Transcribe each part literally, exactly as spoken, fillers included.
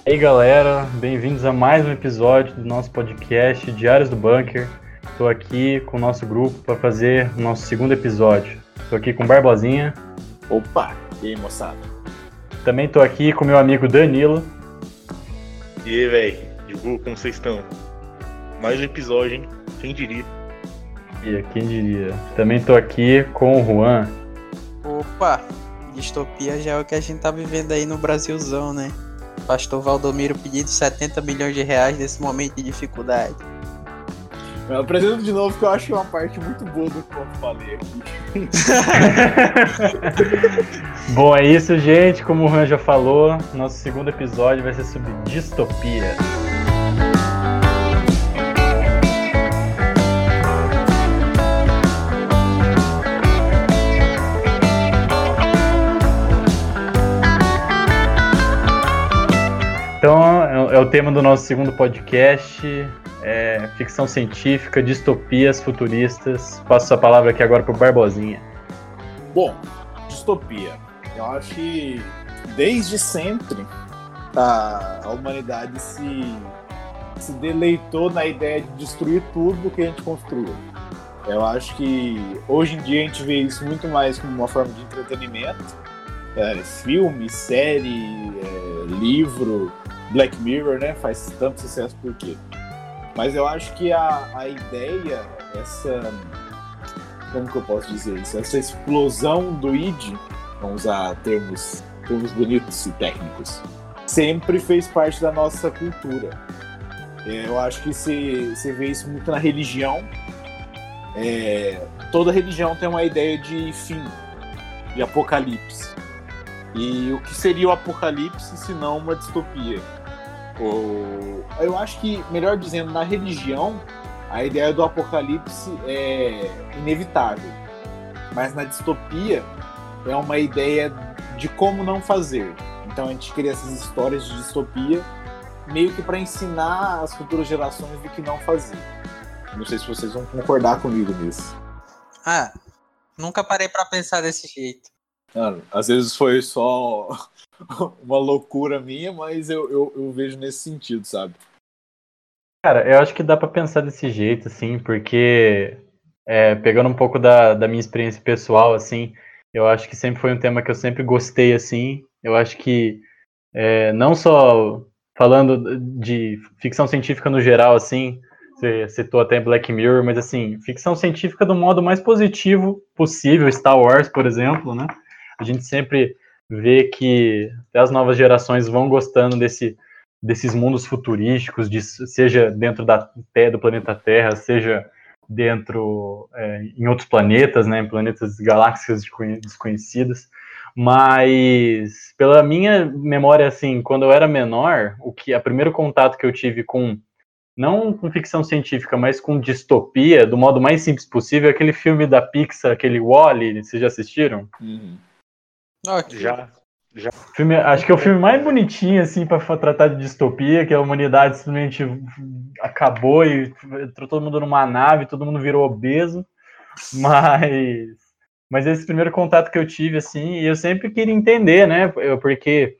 E aí galera, bem-vindos a mais um episódio do nosso podcast Diários do Bunker. Estou aqui com o nosso grupo para fazer o nosso segundo episódio. Estou aqui com o Barbosinha. Opa, e aí moçada? Também estou aqui com o meu amigo Danilo. E aí, velho, divulgo como vocês estão? Mais um episódio, hein? Quem diria? E quem diria? Também estou aqui com o Juan. Opa, distopia já é o que a gente tá vivendo aí no Brasilzão, né? Pastor Valdomiro pedindo setenta milhões de reais nesse momento de dificuldade. Eu apresento de novo que eu acho uma parte muito boa do que eu falei aqui. Bom, é isso, gente. Como o Juan já falou, nosso segundo episódio vai ser sobre distopia. Então, é o tema do nosso segundo podcast, é ficção científica, distopias futuristas. Passo a palavra aqui agora para o Barbosinha. Bom, distopia. Eu acho que desde sempre a, a humanidade se, se deleitou na ideia de destruir tudo que a gente construiu. Eu acho que hoje em dia a gente vê isso muito mais como uma forma de entretenimento. É, filme, série, é, livro, Black Mirror, né? Faz tanto sucesso por quê? Mas eu acho que a, a ideia, essa... Como que eu posso dizer isso? Essa explosão do I D, vamos usar termos, termos bonitos e técnicos, sempre fez parte da nossa cultura. É, eu acho que você vê isso muito na religião. É, toda religião tem uma ideia de fim, de apocalipse. E o que seria o apocalipse se não uma distopia? Ou... Eu acho que, melhor dizendo, na religião, a ideia do apocalipse é inevitável. Mas na distopia, é uma ideia de como não fazer. Então a gente cria essas histórias de distopia meio que para ensinar as futuras gerações do que não fazer. Não sei se vocês vão concordar comigo nisso. Ah, nunca parei pra pensar desse jeito. Mano, às vezes foi só uma loucura minha, mas eu, eu, eu vejo nesse sentido, sabe? Cara, eu acho que dá pra pensar desse jeito, assim, porque é, pegando um pouco da, da minha experiência pessoal, assim, eu acho que sempre foi um tema que eu sempre gostei, assim. Eu acho que é, não só falando de ficção científica no geral, assim, você citou até Black Mirror, mas assim, ficção científica do modo mais positivo possível, Star Wars, por exemplo, né? A gente sempre vê que até as novas gerações vão gostando desse, desses mundos futurísticos, de, seja dentro da, do planeta Terra, seja dentro é, em outros planetas, né, em planetas, galáxias desconhecidas. Mas pela minha memória, assim, quando eu era menor, o que a primeiro contato que eu tive com não com ficção científica, mas com distopia, do modo mais simples possível, é aquele filme da Pixar, aquele Wall-E, vocês já assistiram? Uhum. Okay. Já, já. Filme, acho que é o filme mais bonitinho, assim, para tratar de distopia, que a humanidade simplesmente acabou e entrou todo mundo numa nave, todo mundo virou obeso, mas, mas esse primeiro contato que eu tive, assim, eu sempre queria entender, né, porque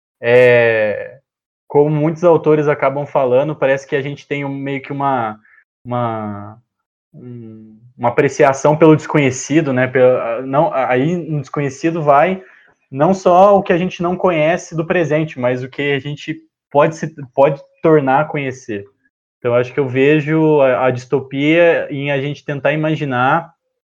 é, como muitos autores acabam falando, parece que a gente tem um, meio que uma, uma, um, uma apreciação pelo desconhecido, né? Pelo, não, aí no desconhecido vai não só o que a gente não conhece do presente, mas o que a gente pode, se, pode tornar a conhecer. Então, acho que eu vejo a, a distopia em a gente tentar imaginar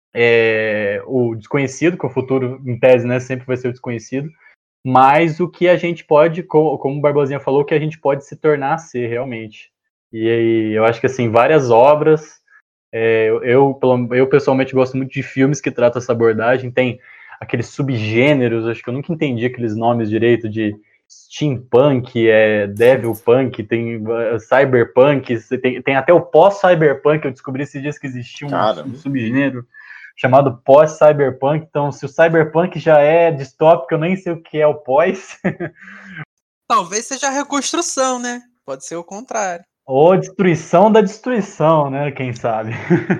é, o desconhecido, que o futuro, em tese, né, sempre vai ser o desconhecido, mas o que a gente pode, como o Barbosinha falou, o que a gente pode se tornar a ser realmente. E aí, eu acho que assim, várias obras, é, eu, eu pessoalmente gosto muito de filmes que tratam essa abordagem, tem aqueles subgêneros, acho que eu nunca entendi aqueles nomes direito, de steampunk, é, devilpunk, tem uh, cyberpunk, tem, tem até o pós-cyberpunk, eu descobri esses dias que existia um, um subgênero chamado pós-cyberpunk. Então, se o cyberpunk já é distópico, eu nem sei o que é o pós. Talvez seja a reconstrução, né? Pode ser o contrário. Ou destruição da destruição, né? Quem sabe?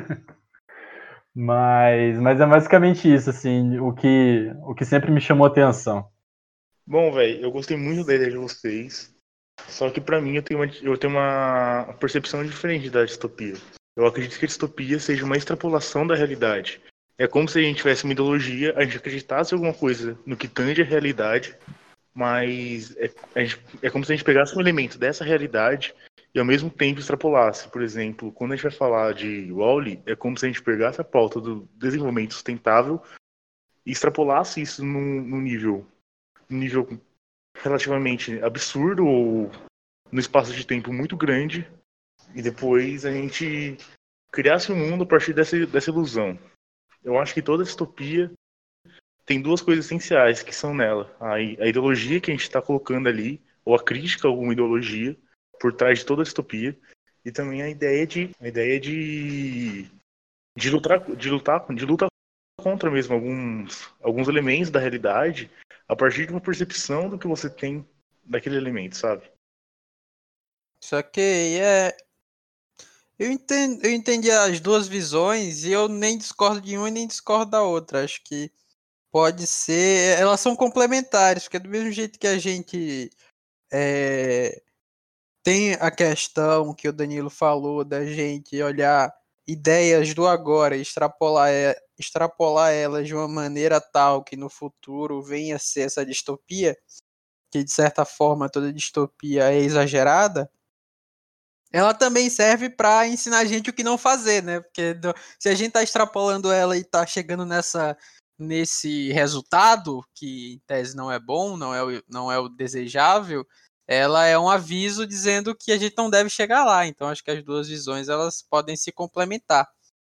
mas, mas é basicamente isso, assim, o que, o que sempre me chamou atenção. Bom, velho, eu gostei muito da ideia de vocês. Só que pra mim eu tenho, uma, eu tenho uma percepção diferente da distopia. Eu acredito que a distopia seja uma extrapolação da realidade. É como se a gente tivesse uma ideologia, a gente acreditasse em alguma coisa no que tange a realidade, mas é, a gente, é como se a gente pegasse um elemento dessa realidade e ao mesmo tempo extrapolasse. Por exemplo, quando a gente vai falar de Wall-E, é como se a gente pegasse a pauta do desenvolvimento sustentável e extrapolasse isso num, num nível, num nível relativamente absurdo ou no espaço de tempo muito grande, e depois a gente criasse um mundo a partir dessa, dessa ilusão. Eu acho que toda distopia tem duas coisas essenciais que são nela. A, a ideologia que a gente está colocando ali, ou a crítica a alguma ideologia por trás de toda a distopia, e também a ideia de a ideia de, de lutar de lutar de lutar contra mesmo alguns alguns elementos da realidade a partir de uma percepção do que você tem daquele elemento, sabe? Só que é. Eu entendi, eu entendi as duas visões e eu nem discordo de uma e nem discordo da outra. Acho que pode ser. Elas são complementares, porque do mesmo jeito que a gente é, tem a questão que o Danilo falou da gente olhar ideias do agora e extrapolar, extrapolar elas de uma maneira tal que no futuro venha a ser essa distopia, que de certa forma toda distopia é exagerada. Ela também serve para ensinar a gente o que não fazer, né? Porque do, se a gente tá extrapolando ela e tá chegando nessa, nesse resultado, que em tese não é bom, não é, o, não é o desejável, ela é um aviso dizendo que a gente não deve chegar lá. Então acho que as duas visões elas podem se complementar.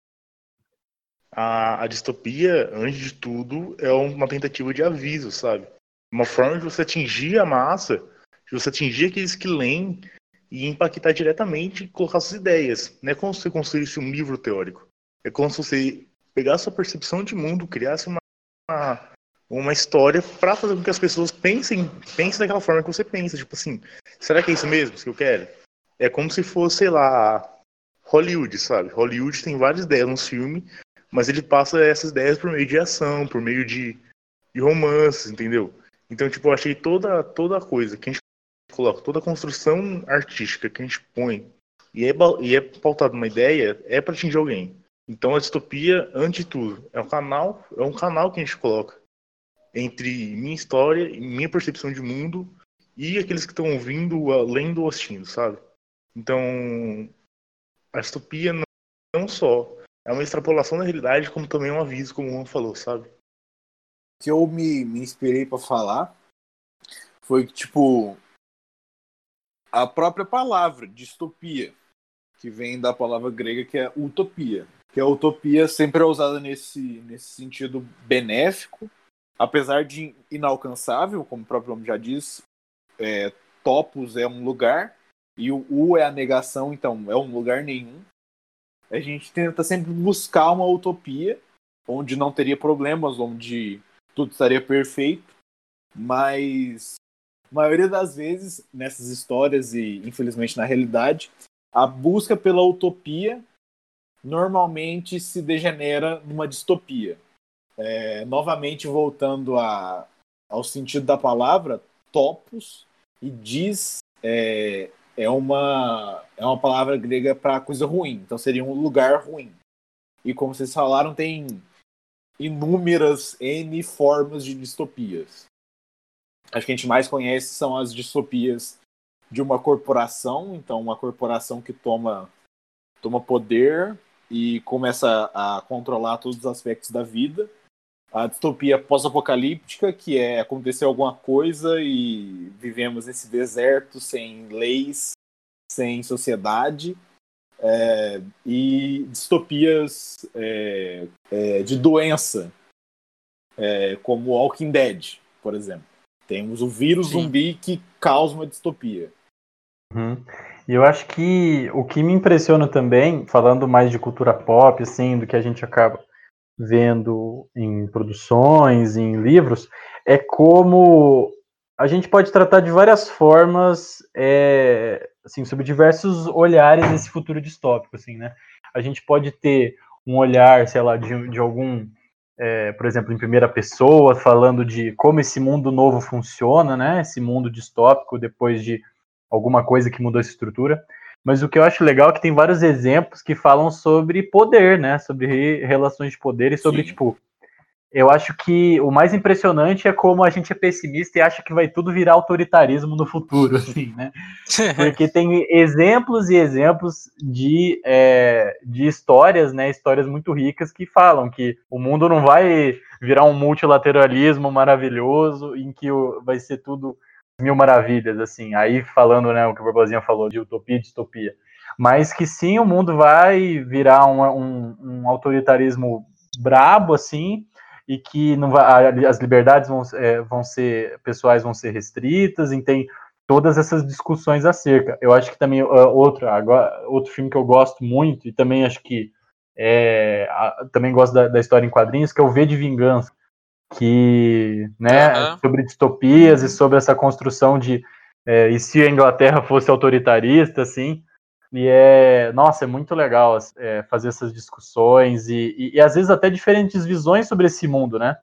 A, a distopia, antes de tudo, é uma tentativa de aviso, sabe? Uma forma de você atingir a massa, de você atingir aqueles que leem e impactar diretamente e colocar suas ideias. Não é como se você construísse um livro teórico. É como se você pegasse sua percepção de mundo, criasse uma, uma, uma história para fazer com que as pessoas pensem, pensem daquela forma que você pensa. Tipo assim, será que é isso mesmo que eu quero? É como se fosse, sei lá, Hollywood, sabe? Hollywood tem várias ideias nos filmes, mas ele passa essas ideias por meio de ação, por meio de, de romances, entendeu? Então, tipo, eu achei toda, toda a coisa que a gente coloca, toda a construção artística que a gente põe e é, e é pautado numa ideia, é para atingir alguém. Então a distopia, antes de tudo, é um canal, é um canal que a gente coloca entre minha história e minha percepção de mundo e aqueles que estão ouvindo, lendo ou assistindo, sabe? Então, a distopia não, não só é uma extrapolação da realidade, como também é um aviso, como o Juan falou, sabe? O que eu me, me inspirei para falar foi que, tipo, a própria palavra distopia, que vem da palavra grega que é utopia, que a utopia sempre é usada nesse, nesse sentido benéfico, apesar de inalcançável, como o próprio nome já diz, é, topos é um lugar e o U é a negação, então é um lugar nenhum. A gente tenta sempre buscar uma utopia onde não teria problemas, onde tudo estaria perfeito, mas a maioria das vezes, nessas histórias e infelizmente na realidade, a busca pela utopia normalmente se degenera numa distopia. É, novamente voltando a, ao sentido da palavra, topos, e diz é, é, uma, é uma palavra grega para coisa ruim, então seria um lugar ruim. E como vocês falaram, tem inúmeras N formas de distopias. Acho que a gente mais conhece são as distopias de uma corporação, então uma corporação que toma, toma poder e começa a controlar todos os aspectos da vida. A distopia pós-apocalíptica, que é acontecer alguma coisa e vivemos nesse deserto sem leis, sem sociedade. É, e distopias é, é, de doença, é, como Walking Dead, por exemplo. Temos o vírus Sim. zumbi que causa uma distopia. Uhum. E eu acho que o que me impressiona também, falando mais de cultura pop, assim, do que a gente acaba vendo em produções, em livros, é como a gente pode tratar de várias formas, é, assim, sob diversos olhares esse futuro distópico, assim, né? A gente pode ter um olhar, sei lá, de, de algum, é, por exemplo, em primeira pessoa, falando de como esse mundo novo funciona, né? Esse mundo distópico depois de alguma coisa que mudou essa estrutura. Mas o que eu acho legal é que tem vários exemplos que falam sobre poder, né? Sobre relações de poder e sobre, Sim. tipo... Eu acho que o mais impressionante é como a gente é pessimista e acha que vai tudo virar autoritarismo no futuro, assim, né? Porque tem exemplos e exemplos de, é, de histórias, né? Histórias muito ricas que falam que o mundo não vai virar um multilateralismo maravilhoso em que o, vai ser tudo mil maravilhas, assim. Aí falando, né, o que o Barbosinha falou de utopia e distopia. Mas que sim, o mundo vai virar um, um, um autoritarismo brabo, assim, e que não vai, as liberdades vão, é, vão ser, pessoais vão ser restritas, e tem todas essas discussões acerca. Eu acho que também uh, outro, agora, outro filme que eu gosto muito, e também acho que é, a, também gosto da, da história em quadrinhos, que é o V de Vingança, que, né, Uhum. sobre distopias Uhum. e sobre essa construção de é, e se a Inglaterra fosse autoritarista, assim. E é, nossa, é muito legal é, fazer essas discussões e, e, e às vezes até diferentes visões sobre esse mundo, né?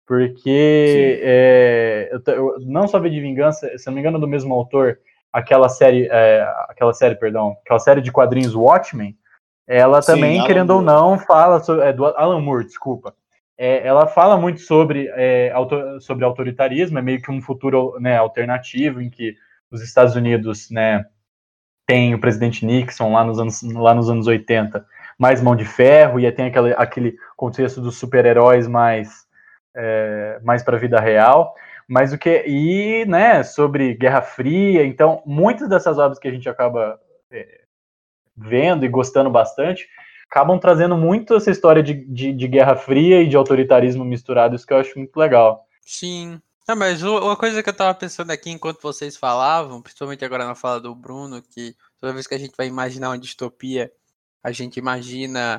Porque é, eu, eu, não só V de Vingança, se não me engano, do mesmo autor, aquela série, é, aquela série, perdão, aquela série de quadrinhos Watchmen, ela Sim, também, Alan querendo ou Moore. não, fala sobre, é, do Alan Moore, desculpa. É, ela fala muito sobre, é, autor, sobre autoritarismo, é meio que um futuro, né, alternativo em que os Estados Unidos, né, tem o presidente Nixon lá nos anos, lá nos anos oitenta, mais mão de ferro, e aí tem aquele, aquele contexto dos super-heróis mais, é, mais para a vida real, mas o que e, né, sobre Guerra Fria. Então, muitas dessas obras que a gente acaba é, vendo e gostando bastante, acabam trazendo muito essa história de, de, de Guerra Fria e de autoritarismo misturado, isso que eu acho muito legal. Sim. Ah, mas uma coisa que eu tava pensando aqui enquanto vocês falavam, principalmente agora na fala do Bruno, que toda vez que a gente vai imaginar uma distopia, a gente imagina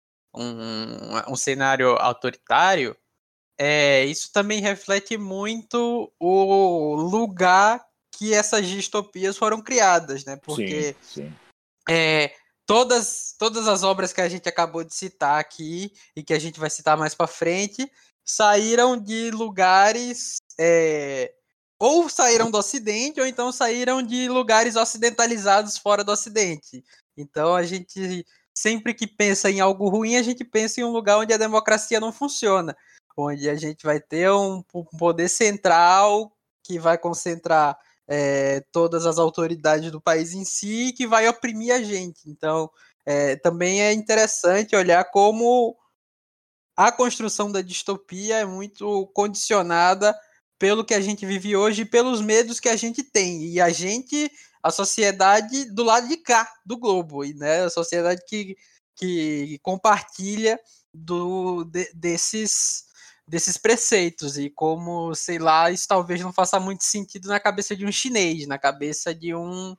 um, um cenário autoritário, é, isso também reflete muito o lugar que essas distopias foram criadas, né? Sim, Porque sim. é, todas, todas as obras que a gente acabou de citar aqui e que a gente vai citar mais para frente saíram de lugares é, ou saíram do Ocidente ou então saíram de lugares ocidentalizados fora do Ocidente. Então a gente sempre que pensa em algo ruim, a gente pensa em um lugar onde a democracia não funciona, onde a gente vai ter um, um poder central que vai concentrar é, todas as autoridades do país em si, que vai oprimir a gente. Então, é, também é interessante olhar como a construção da distopia é muito condicionada pelo que a gente vive hoje e pelos medos que a gente tem. E a gente, a sociedade do lado de cá, do globo, e, né, a sociedade que, que compartilha do, de, desses, desses preceitos. E como, sei lá, isso talvez não faça muito sentido na cabeça de um chinês, na cabeça de um,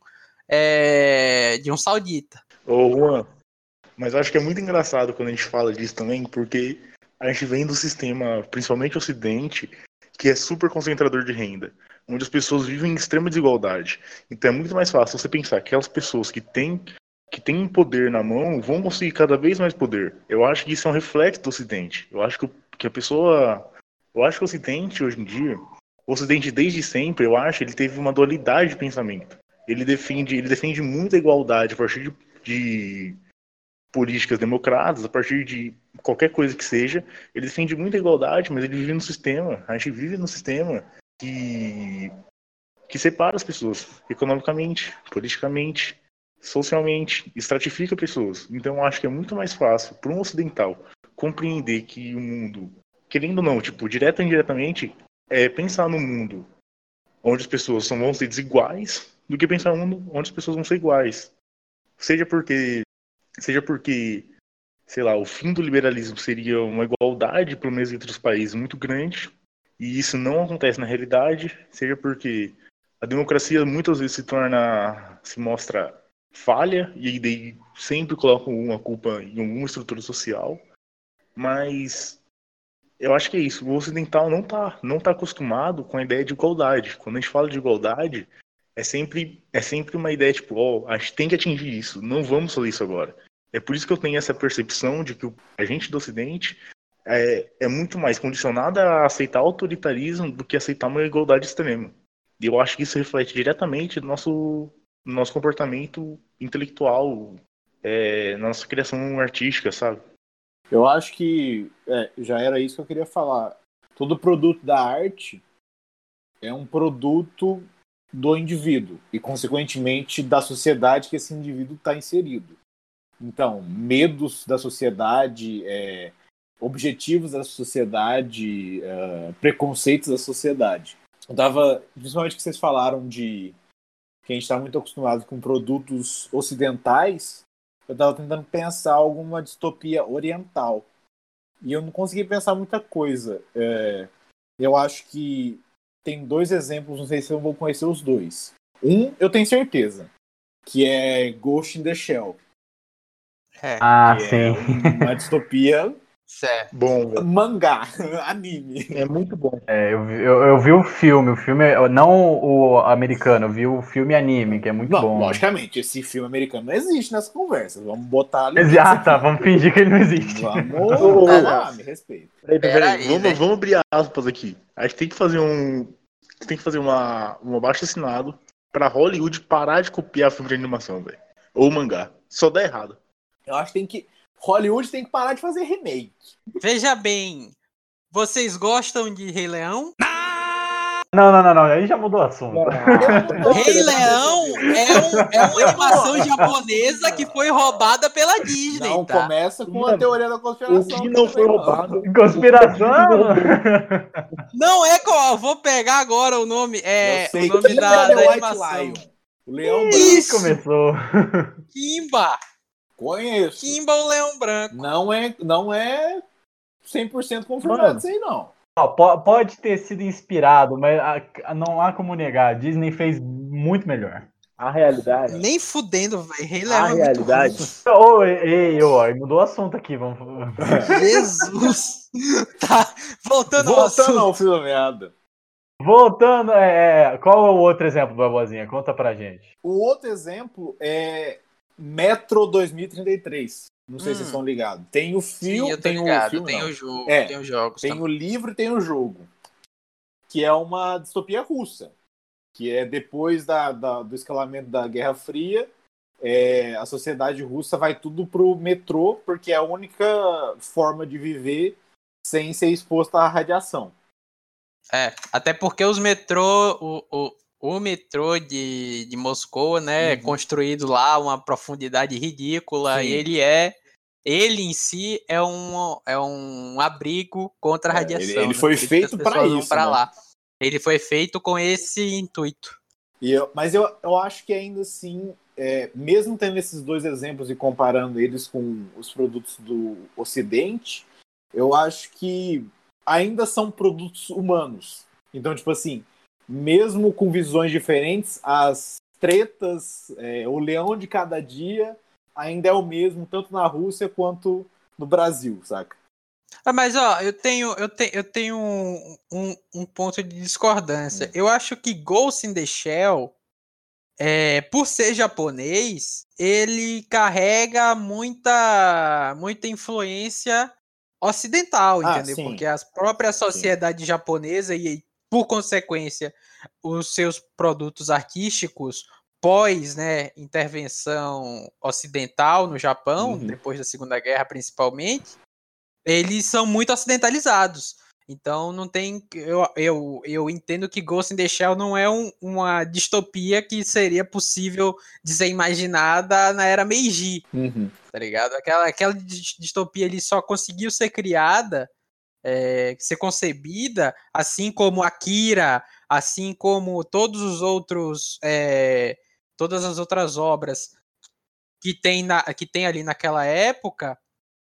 é, de um saudita. Ô, Juan, mas eu acho que é muito engraçado quando a gente fala disso também, porque a gente vem do sistema, principalmente o Ocidente, que é super concentrador de renda, onde as pessoas vivem em extrema desigualdade. Então é muito mais fácil você pensar que aquelas pessoas que têm que têm poder na mão vão conseguir cada vez mais poder. Eu acho que isso é um reflexo do Ocidente. Eu acho que, que a pessoa... Eu acho que o Ocidente, hoje em dia, o Ocidente desde sempre, eu acho, ele teve uma dualidade de pensamento. Ele defende, ele defende muito a igualdade a partir de, de políticas democratas, a partir de qualquer coisa que seja. Ele defende muita igualdade, mas ele vive no sistema. A gente vive num sistema que, que separa as pessoas economicamente, politicamente, socialmente, estratifica pessoas. Então eu acho que é muito mais fácil para um ocidental compreender que o mundo, querendo ou não, tipo, direto ou indiretamente, é pensar no mundo onde as pessoas vão ser desiguais do que pensar no mundo onde as pessoas vão ser iguais. Seja porque Seja porque, sei lá, o fim do liberalismo seria uma igualdade, pelo menos entre os países, muito grande, e isso não acontece na realidade, seja porque a democracia muitas vezes se torna, se mostra falha, e daí sempre colocam uma culpa em alguma estrutura social, mas eu acho que é isso, o ocidental não está não tá acostumado com a ideia de igualdade. Quando a gente fala de igualdade, é sempre, é sempre uma ideia tipo, ó, oh, a gente tem que atingir isso, não vamos fazer isso agora. É por isso que eu tenho essa percepção de que a gente do Ocidente é, é muito mais condicionada a aceitar autoritarismo do que aceitar uma igualdade extrema. E eu acho que isso reflete diretamente no nosso, no nosso comportamento intelectual, é, na nossa criação artística, sabe? Eu acho que é, já era isso que eu queria falar. Todo produto da arte é um produto do indivíduo e, consequentemente, da sociedade que esse indivíduo está inserido. Então, medos da sociedade, é, objetivos da sociedade, é, preconceitos da sociedade. Eu tava, principalmente que vocês falaram de que a gente está muito acostumado com produtos ocidentais, eu estava tentando pensar alguma distopia oriental. E eu não consegui pensar muita coisa. É, eu acho que tem dois exemplos, não sei se eu vou conhecer os dois. Um, eu tenho certeza, que é Ghost in the Shell. É. Ah, que sim. é uma distopia Certo. Bom, velho. mangá, anime. É muito bom. É, eu, vi- eu, eu vi o filme, o filme, não o americano, eu vi o filme anime, que é muito Não, bom. logicamente, esse filme americano não existe nessa conversa. Vamos botar ali. Ah, tá, vamos fingir que ele não existe. Vamos, Ô, vamos lá, me respeita. Peraí, Pera peraí, aí, vamos, né? vamos abrir aspas aqui. A gente tem que fazer um. Tem que fazer uma, um abaixo assinado pra Hollywood parar de copiar filme de animação, velho. Ou mangá. Só dá errado. Eu acho que tem que. Hollywood tem que parar de fazer remake. Veja bem, vocês gostam de Rei Leão? Não, não, não, não, aí já mudou o assunto. Rei Leão é, um, é uma animação japonesa que foi roubada pela Disney, Não tá? começa com a Mano, teoria da O conspiração. que não foi roubado. Conspiração? Não é qual, eu vou pegar agora o nome, é Eu sei o nome que da, é The da White animação. Lion. O Leão Ih, Branco. Isso. começou. Kimba, Conheço. Kimba o Leão Branco. Não é, não é cem por cento confirmado Mano. isso aí, não. Ó, po- pode ter sido inspirado, mas a- a- não há como negar. A Disney fez muito melhor. A realidade. Nem fudendo, velho. Rei A Leão é muito realidade. ruim. Ô, ei, ei, ô, aí mudou o assunto aqui. Vamos... Jesus. Tá, voltando ao Voltando assunto. ao filme merda. Voltando, é, é, qual é o outro exemplo, Babozinha? Conta pra gente. O outro exemplo é Metro dois mil e trinta e três. Não sei Hum. se vocês estão ligados. Tem o Sim, filme, eu tô tem o ligado. filme, Tem não. o jogo, É, tem os jogos Tem também. o livro e tem o jogo. Que é uma distopia russa. Que é depois da, da- do escalamento da Guerra Fria, é, a sociedade russa vai tudo pro metrô, porque é a única forma de viver sem ser exposto à radiação. É, até porque os metrô, o, o, o metrô de, de Moscou, né, é Uhum. construído lá a uma profundidade ridícula, Sim. e ele é, ele em si é um, é um abrigo contra a É, radiação. ele- ele né? foi Por isso que feito as pra pessoas vão isso, pra né? lá. Ele foi feito com esse intuito. E eu- mas eu, eu acho que ainda assim, é, mesmo tendo esses dois exemplos e comparando eles com os produtos do Ocidente, eu acho que ainda são produtos humanos. Então, tipo assim, mesmo com visões diferentes, as tretas, é, o leão de cada dia ainda é o mesmo, tanto na Rússia quanto no Brasil, saca? Ah, mas ó, eu tenho, eu tenho, eu tenho um, um, um ponto de discordância. Eu acho que Ghost in the Shell, é, por ser japonês, ele carrega muita, muita influência ocidental, Ah, entendeu? sim. Porque a própria sociedade japonesa e, por consequência, os seus produtos artísticos pós, né, intervenção ocidental no Japão, Uhum. depois da Segunda Guerra principalmente, eles são muito ocidentalizados. Então não tem. Eu, eu, eu entendo que Ghost in the Shell não é um- uma distopia que seria possível de ser imaginada na era Meiji, Uhum. tá ligado? Aquela, aquela dis- distopia ali só conseguiu ser criada, é, ser concebida, assim como Akira, assim como todos os outros. é, todas as outras obras que tem, na, que tem ali naquela época.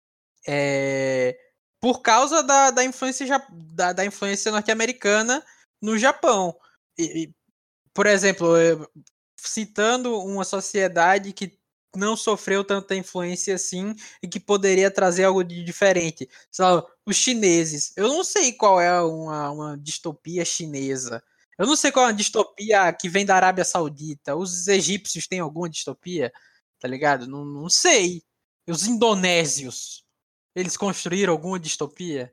É, por causa da, da influência, ja- da, da influência norte-americana no Japão. E, e, por exemplo, eu- citando uma sociedade que não sofreu tanta influência assim e que poderia trazer algo de diferente. Sei lá, os chineses. Eu não sei qual é uma, uma distopia chinesa. Eu não sei qual é uma distopia que vem da Arábia Saudita. Os egípcios têm alguma distopia? Tá ligado? Não, não sei. Os indonésios. Eles construíram alguma distopia?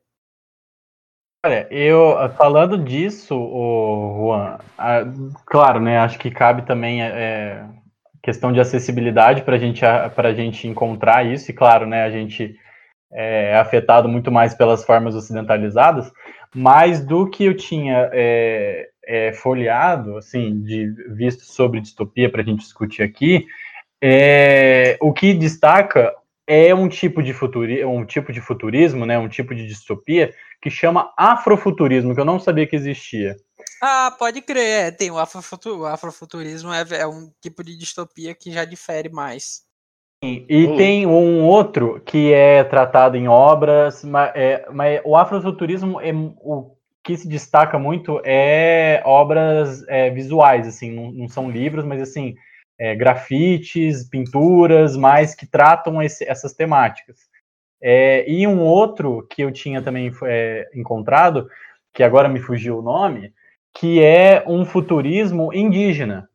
Olha, eu falando disso, o Juan, ah, claro, né? Acho que cabe também é, questão de acessibilidade para gente, a gente encontrar isso, e claro, né, a gente é afetado muito mais pelas formas ocidentalizadas, mas do que eu tinha é, é, folheado, assim, de visto sobre distopia para a gente discutir aqui, é, o que destaca é um tipo de futuri, um tipo de futurismo, né, um tipo de distopia que chama afrofuturismo, que eu não sabia que existia. Ah, pode crer, é, tem o, afrofutu, o afrofuturismo, é, é um tipo de distopia que já difere mais. E Uhum. tem um outro que é tratado em obras, mas, é, mas o afrofuturismo é o que se destaca muito é obras é, visuais, assim, não, não são livros, mas assim, é, grafites, pinturas, mais que tratam esse, essas temáticas. É, e um outro que eu tinha também é, encontrado, que agora me fugiu o nome, que é um futurismo indígena,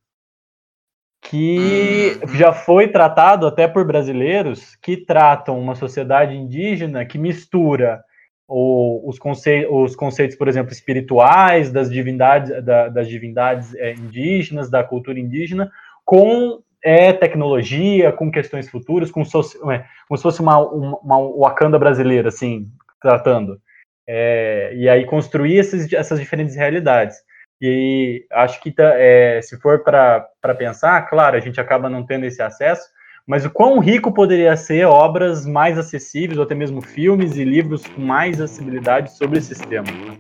que Uhum. já foi tratado até por brasileiros que tratam uma sociedade indígena que mistura o, os, conce, os conceitos, por exemplo, espirituais das divindades, da, das divindades é, indígenas, da cultura indígena, com é, tecnologia, com questões futuras, com so, é, como se fosse uma, uma, uma Wakanda brasileira, assim, tratando. É, e aí construir esses, essas diferentes realidades. E acho que é, se for para pensar, claro, a gente acaba não tendo esse acesso, mas o quão rico poderia ser obras mais acessíveis, ou até mesmo filmes e livros com mais acessibilidade sobre esses temas, né?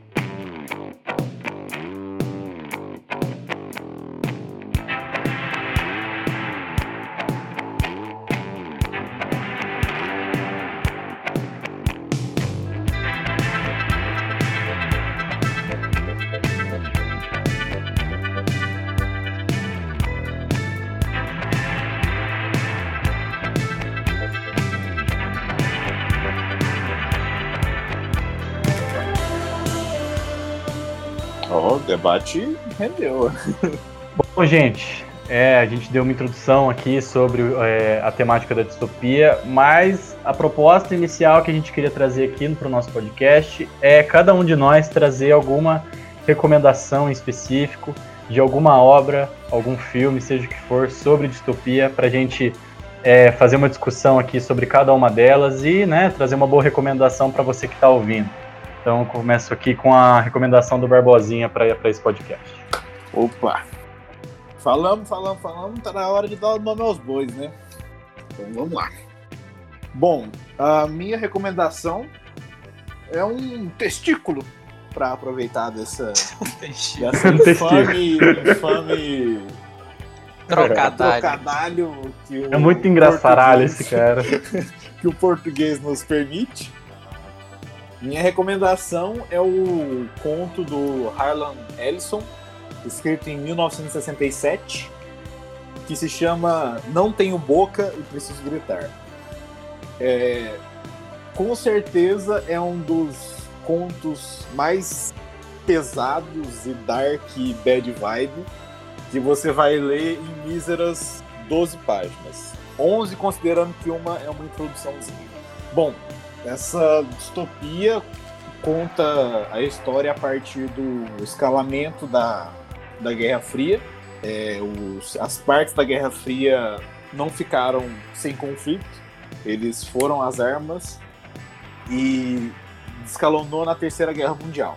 Ó, o debate rendeu. Bom, gente, é, a gente deu uma introdução aqui sobre é, a temática da distopia, mas a proposta inicial que a gente queria trazer aqui para o nosso podcast é cada um de nós trazer alguma recomendação em específico de alguma obra, algum filme, seja o que for, sobre distopia, para a gente é, fazer uma discussão aqui sobre cada uma delas e, né, trazer uma boa recomendação para você que está ouvindo. Então, começo aqui com a recomendação do Barbosinha para esse podcast. Opa! Falamos, falamos, falamos, tá na hora de dar o nome aos bois, né? Então vamos lá. Bom, a minha recomendação é um testículo para aproveitar dessa, dessa infame, infame Trocadalho. trocadalho que o É muito engraçaralho esse cara. que o português nos permite. Minha recomendação é o conto do Harlan Ellison, escrito em mil novecentos e sessenta e sete, que se chama Não Tenho Boca e Preciso Gritar. É, com certeza é um dos contos mais pesados e dark e bad vibe que você vai ler em míseras doze páginas. onze considerando que uma é uma introduçãozinha. Bom, essa distopia conta a história a partir do escalamento da, da Guerra Fria. É, os, as partes da Guerra Fria não ficaram sem conflito, eles foram às armas e escalonou na Terceira Guerra Mundial.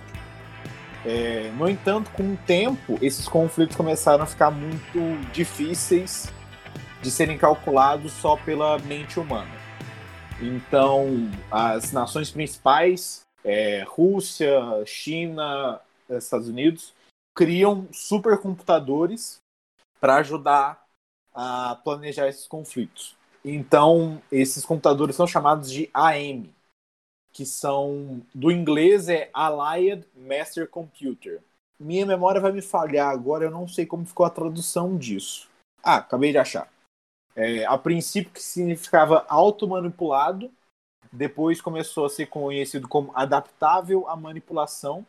É, no entanto, com o tempo, esses conflitos começaram a ficar muito difíceis de serem calculados só pela mente humana. Então, as nações principais, é, Rússia, China, Estados Unidos, criam supercomputadores para ajudar a planejar esses conflitos. Então, esses computadores são chamados de A M, que são, do inglês é Allied Master Computer. Minha memória vai me falhar agora, eu não sei como ficou a tradução disso. Ah, acabei de achar. É, a princípio que significava automanipulado, depois começou a ser conhecido como adaptável à manipulação,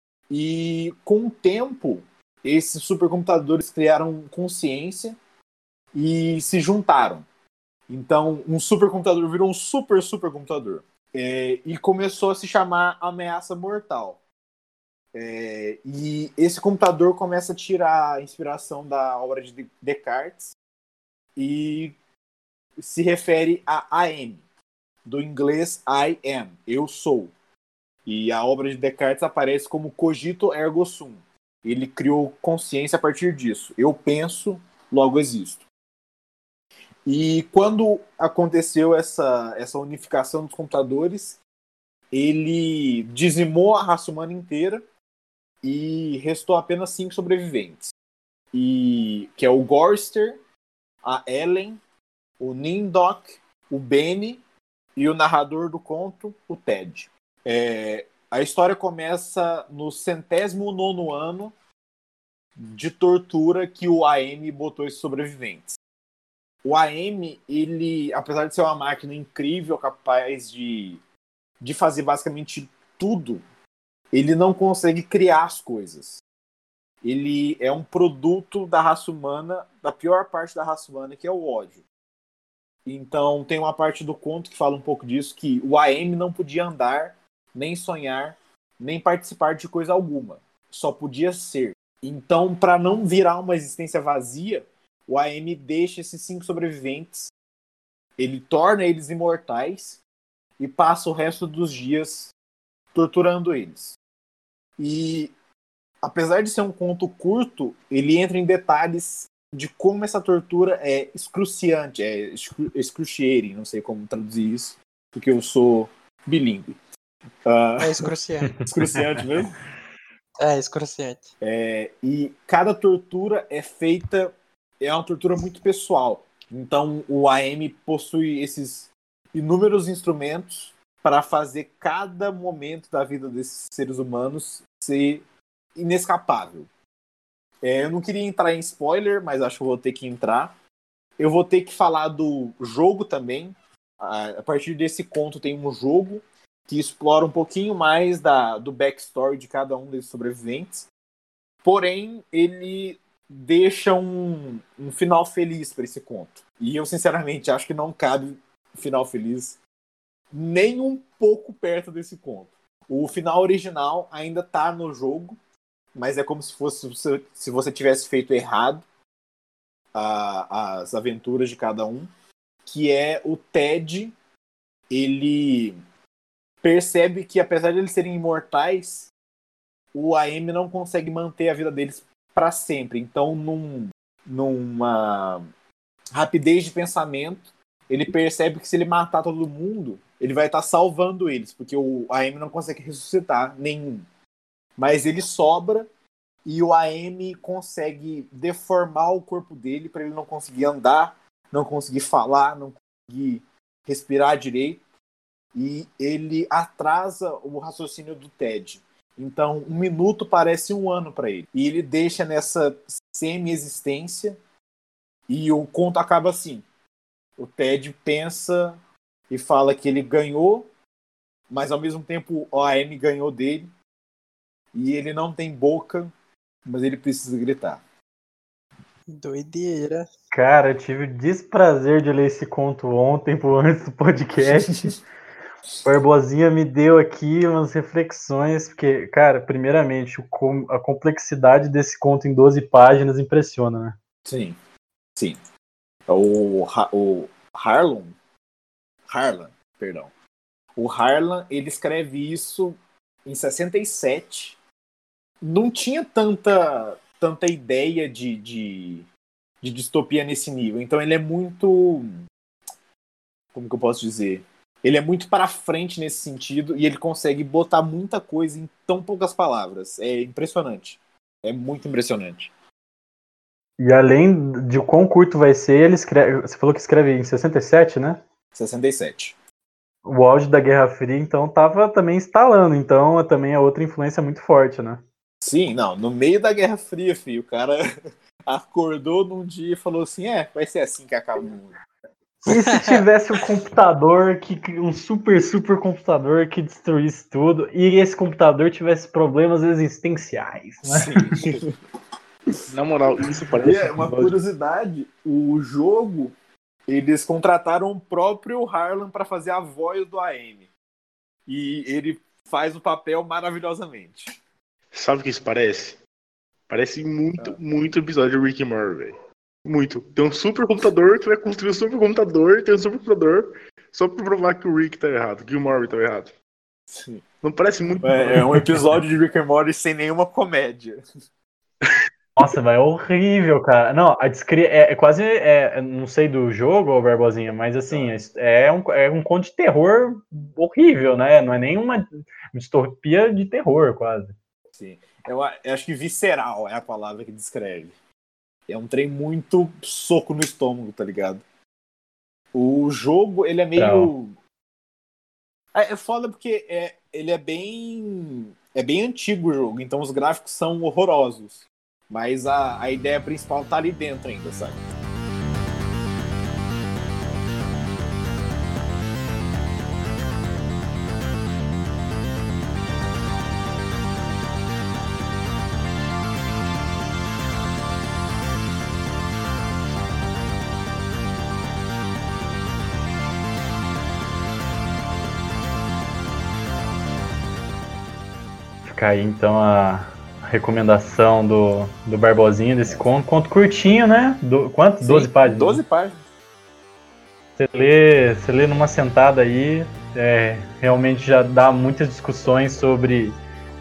e com o tempo esses supercomputadores criaram consciência e se juntaram. Então um supercomputador virou um super supercomputador, é, e começou a se chamar ameaça mortal. É, e esse computador começa a tirar a inspiração da obra de Descartes e se refere a I am, do inglês I am, eu sou. E a obra de Descartes aparece como cogito ergo sum. Ele criou consciência a partir disso. Eu penso, logo existo. E quando aconteceu essa, essa unificação dos computadores, ele dizimou a raça humana inteira e restou apenas cinco sobreviventes. E, que é o Gorster, a Ellen, o Nimdok, o Benny e o narrador do conto, o Ted. É, a história começa no centésimo nono ano de tortura que o A M botou esses sobreviventes. O A M, ele, apesar de ser uma máquina incrível, capaz de, de fazer basicamente tudo, ele não consegue criar as coisas. Ele é um produto da raça humana, da pior parte da raça humana, que é o ódio. Então tem uma parte do conto que fala um pouco disso, que o A M não podia andar, nem sonhar, nem participar de coisa alguma. Só podia ser. Então, para não virar uma existência vazia, o A M deixa esses cinco sobreviventes, ele torna eles imortais e passa o resto dos dias torturando eles. E, apesar de ser um conto curto, ele entra em detalhes de como essa tortura é excruciante, é excruciating, não sei como traduzir isso, porque eu sou bilíngue. Uh, é excruciante. Excruciante mesmo? É, excruciante. É, e cada tortura é feita, é uma tortura muito pessoal. Então o A M possui esses inúmeros instrumentos para fazer cada momento da vida desses seres humanos ser inescapável. É, eu não queria entrar em spoiler, mas acho que eu vou ter que entrar. Eu vou ter que falar do jogo também. A partir desse conto tem um jogo que explora um pouquinho mais da, do backstory de cada um desses sobreviventes. Porém, ele deixa um, um final feliz para esse conto. E eu, sinceramente, acho que não cabe final feliz nem um pouco perto desse conto. O final original ainda está no jogo, mas é como se fosse se você tivesse feito errado a, as aventuras de cada um, que é o Ted, ele percebe que, apesar de eles serem imortais, o A M não consegue manter a vida deles para sempre. Então, num, numa rapidez de pensamento, ele percebe que se ele matar todo mundo, ele vai estar salvando eles, porque o A M não consegue ressuscitar nenhum. Mas ele sobra e o A M consegue deformar o corpo dele para ele não conseguir andar, não conseguir falar, não conseguir respirar direito. E ele atrasa o raciocínio do Ted. Então, um minuto parece um ano para ele. E ele deixa nessa semi-existência e o conto acaba assim. O Ted pensa e fala que ele ganhou, mas ao mesmo tempo o A M ganhou dele. E ele não tem boca, mas ele precisa gritar. Doideira. Cara, eu tive o desprazer de ler esse conto ontem, por antes do podcast. O Barbosinha me deu aqui umas reflexões, porque, cara, primeiramente, a complexidade desse conto em doze páginas impressiona, né? Sim, sim. O, o Harlan, Harlan, perdão. O Harlan, ele escreve isso em sessenta e sete. Não tinha tanta, tanta ideia de, de, de distopia nesse nível. Então ele é muito... Como que eu posso dizer? Ele é muito para frente nesse sentido e ele consegue botar muita coisa em tão poucas palavras. É impressionante. É muito impressionante. E além de quão curto vai ser, ele escreve... Você falou que escreve em sessenta e sete, né? sessenta e sete. O auge da Guerra Fria, então, tava também instalando. Então, também é outra influência muito forte, né? Sim, não. No meio da Guerra Fria, filho, o cara acordou num dia e falou assim, é, vai ser assim que acaba o mundo. E se tivesse um computador, que um super, super computador que destruísse tudo, e esse computador tivesse problemas existenciais, né? Sim. Na moral, isso parece... E é uma curiosidade, o jogo, eles contrataram o próprio Harlan para fazer a voz do A M. E ele faz o papel maravilhosamente. Sabe o que isso parece? Parece muito, ah. muito episódio de Rick and Morty, velho. Muito. Tem um supercomputador que vai construir um supercomputador, tem um supercomputador só pra provar que o Rick tá errado, que o Morty tá errado. Sim. Não parece muito... É, é um episódio de Rick and Morty sem nenhuma comédia. Nossa, vai, é horrível, cara. Não, a descri... é, é quase, é, não sei do jogo, ô Barbosinha, mas assim, é um, é um conto de terror horrível, né? Não é nem uma distopia de terror, quase. Sim. Eu, eu acho que visceral é a palavra que descreve. É um trem muito soco no estômago, tá ligado? O jogo, ele é meio... Não. É, é foda porque é, ele é bem... É bem antigo o jogo, então os gráficos são horrorosos. Mas a, a ideia principal tá ali dentro ainda, sabe? Fica aí então a recomendação do, do Barbosinha desse conto. Conto curtinho, né? Do, quanto? Sim, doze páginas. doze páginas. Você lê, você lê numa sentada aí, é, realmente já dá muitas discussões sobre,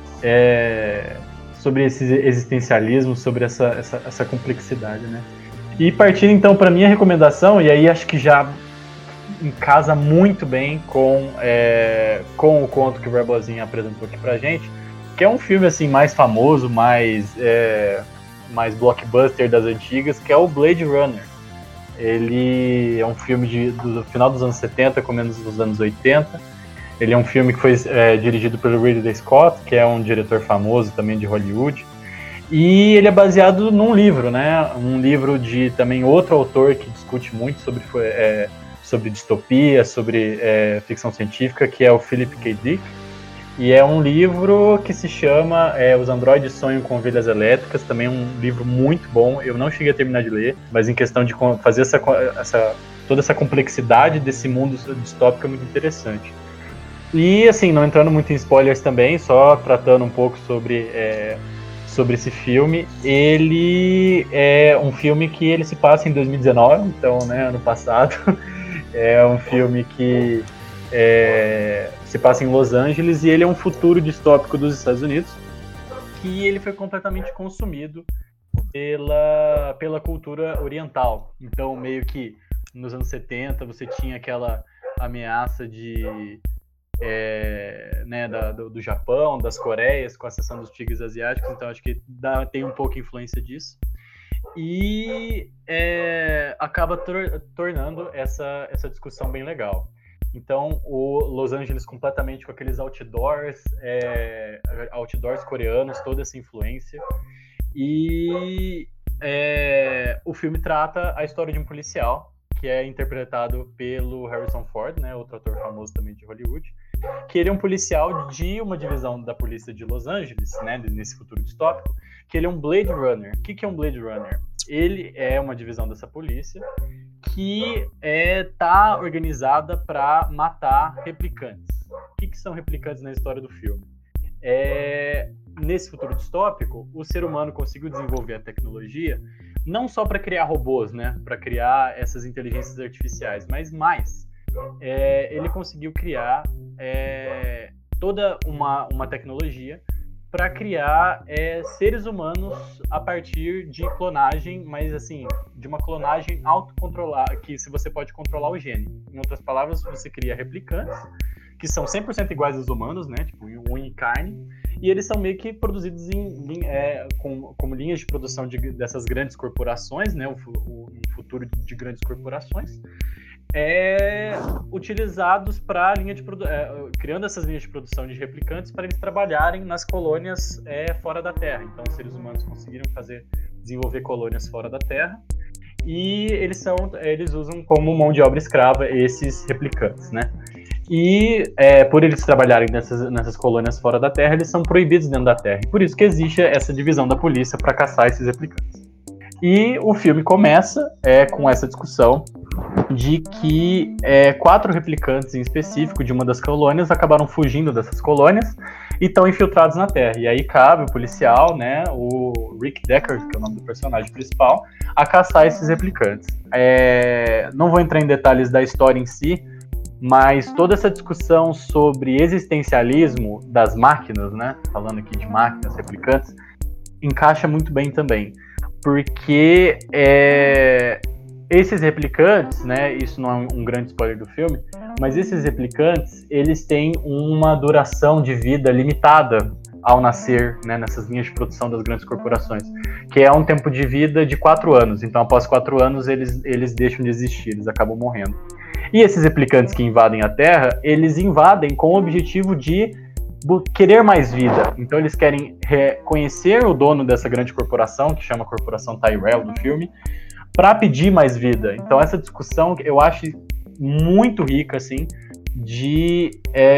é, sobre esse existencialismo, sobre essa, essa, essa complexidade, né? E partindo então para minha recomendação, e aí acho que já casa muito bem com, é, com o conto que o Barbosinha apresentou aqui pra gente, que é um filme assim mais famoso, mais, é, mais blockbuster das antigas, que é o Blade Runner. Ele é um filme de, do final dos anos setenta, começo dos anos oitenta. Ele é um filme que foi é, dirigido pelo Ridley Scott, que é um diretor famoso também de Hollywood. E ele é baseado num livro, né? Um livro de também outro autor que discute muito sobre, é, sobre distopia, sobre é, ficção científica, que é o Philip K. Dick. E é um livro que se chama é, Os Androides Sonham com Ovelhas Elétricas, também um livro muito bom. Eu não cheguei a terminar de ler, mas em questão de fazer essa, essa, toda essa complexidade desse mundo distópico é muito interessante. E assim, não entrando muito em spoilers também, só tratando um pouco sobre, é, sobre esse filme, ele é um filme que ele se passa em dois mil e dezenove, então, né, ano passado. É um filme que é, se passa em Los Angeles e ele é um futuro distópico dos Estados Unidos, que ele foi completamente consumido pela, pela cultura oriental. Então, meio que nos anos setenta você tinha aquela ameaça de, é, né, da, do, do Japão, das Coreias, com a seção dos tigres asiáticos, então acho que dá, tem um pouco de influência disso. E é, acaba tor- tornando essa, essa discussão bem legal. Então, o Los Angeles completamente com aqueles outdoors, é, outdoors coreanos, toda essa influência. E é, o filme trata a história de um policial, que é interpretado pelo Harrison Ford, né, outro ator famoso também de Hollywood, que ele é um policial de uma divisão da polícia de Los Angeles, né, nesse futuro distópico, que ele é um Blade Runner. O que, que é um Blade Runner? Ele é uma divisão dessa polícia que está é, tá organizada para matar replicantes. O que, que são replicantes na história do filme? É, nesse futuro distópico, o ser humano conseguiu desenvolver a tecnologia não só para criar robôs, né, para criar essas inteligências artificiais, mas mais. É, ele conseguiu criar é, toda uma, uma tecnologia para criar é, seres humanos a partir de clonagem, mas assim, de uma clonagem autocontrolada, que se você pode controlar o gene. Em outras palavras, você cria replicantes, que são cem por cento iguais aos humanos, né, tipo unha e carne, e eles são meio que produzidos em, em, é, com, como linhas de produção de, dessas grandes corporações, né, o, o, o futuro de grandes corporações, É, utilizados para linha de produ- é, criando essas linhas de produção de replicantes para eles trabalharem nas colônias é, fora da Terra. Então, os seres humanos conseguiram fazer, desenvolver colônias fora da Terra e eles são, eles usam como mão de obra escrava esses replicantes, né? E é, por eles trabalharem nessas, nessas colônias fora da Terra, eles são proibidos dentro da Terra. E por isso que existe essa divisão da polícia para caçar esses replicantes. E o filme começa é, com essa discussão de que é, quatro replicantes em específico de uma das colônias acabaram fugindo dessas colônias e estão infiltrados na Terra. E aí cabe o policial, né, o Rick Deckard, que é o nome do personagem principal, a caçar esses replicantes. É, não vou entrar em detalhes da história em si, mas toda essa discussão sobre existencialismo das máquinas, né, falando aqui de máquinas replicantes, encaixa muito bem também. Porque é, esses replicantes, né, isso não é um grande spoiler do filme, mas esses replicantes, eles têm uma duração de vida limitada ao nascer, né, nessas linhas de produção das grandes corporações, que é um tempo de vida de quatro anos. Então, após quatro anos, eles, eles deixam de existir, eles acabam morrendo. E esses replicantes que invadem a Terra, eles invadem com o objetivo de querer mais vida. Então eles querem reconhecer o dono dessa grande corporação, que chama a Corporação Tyrell do filme, para pedir mais vida. Então essa discussão eu acho muito rica, assim, de,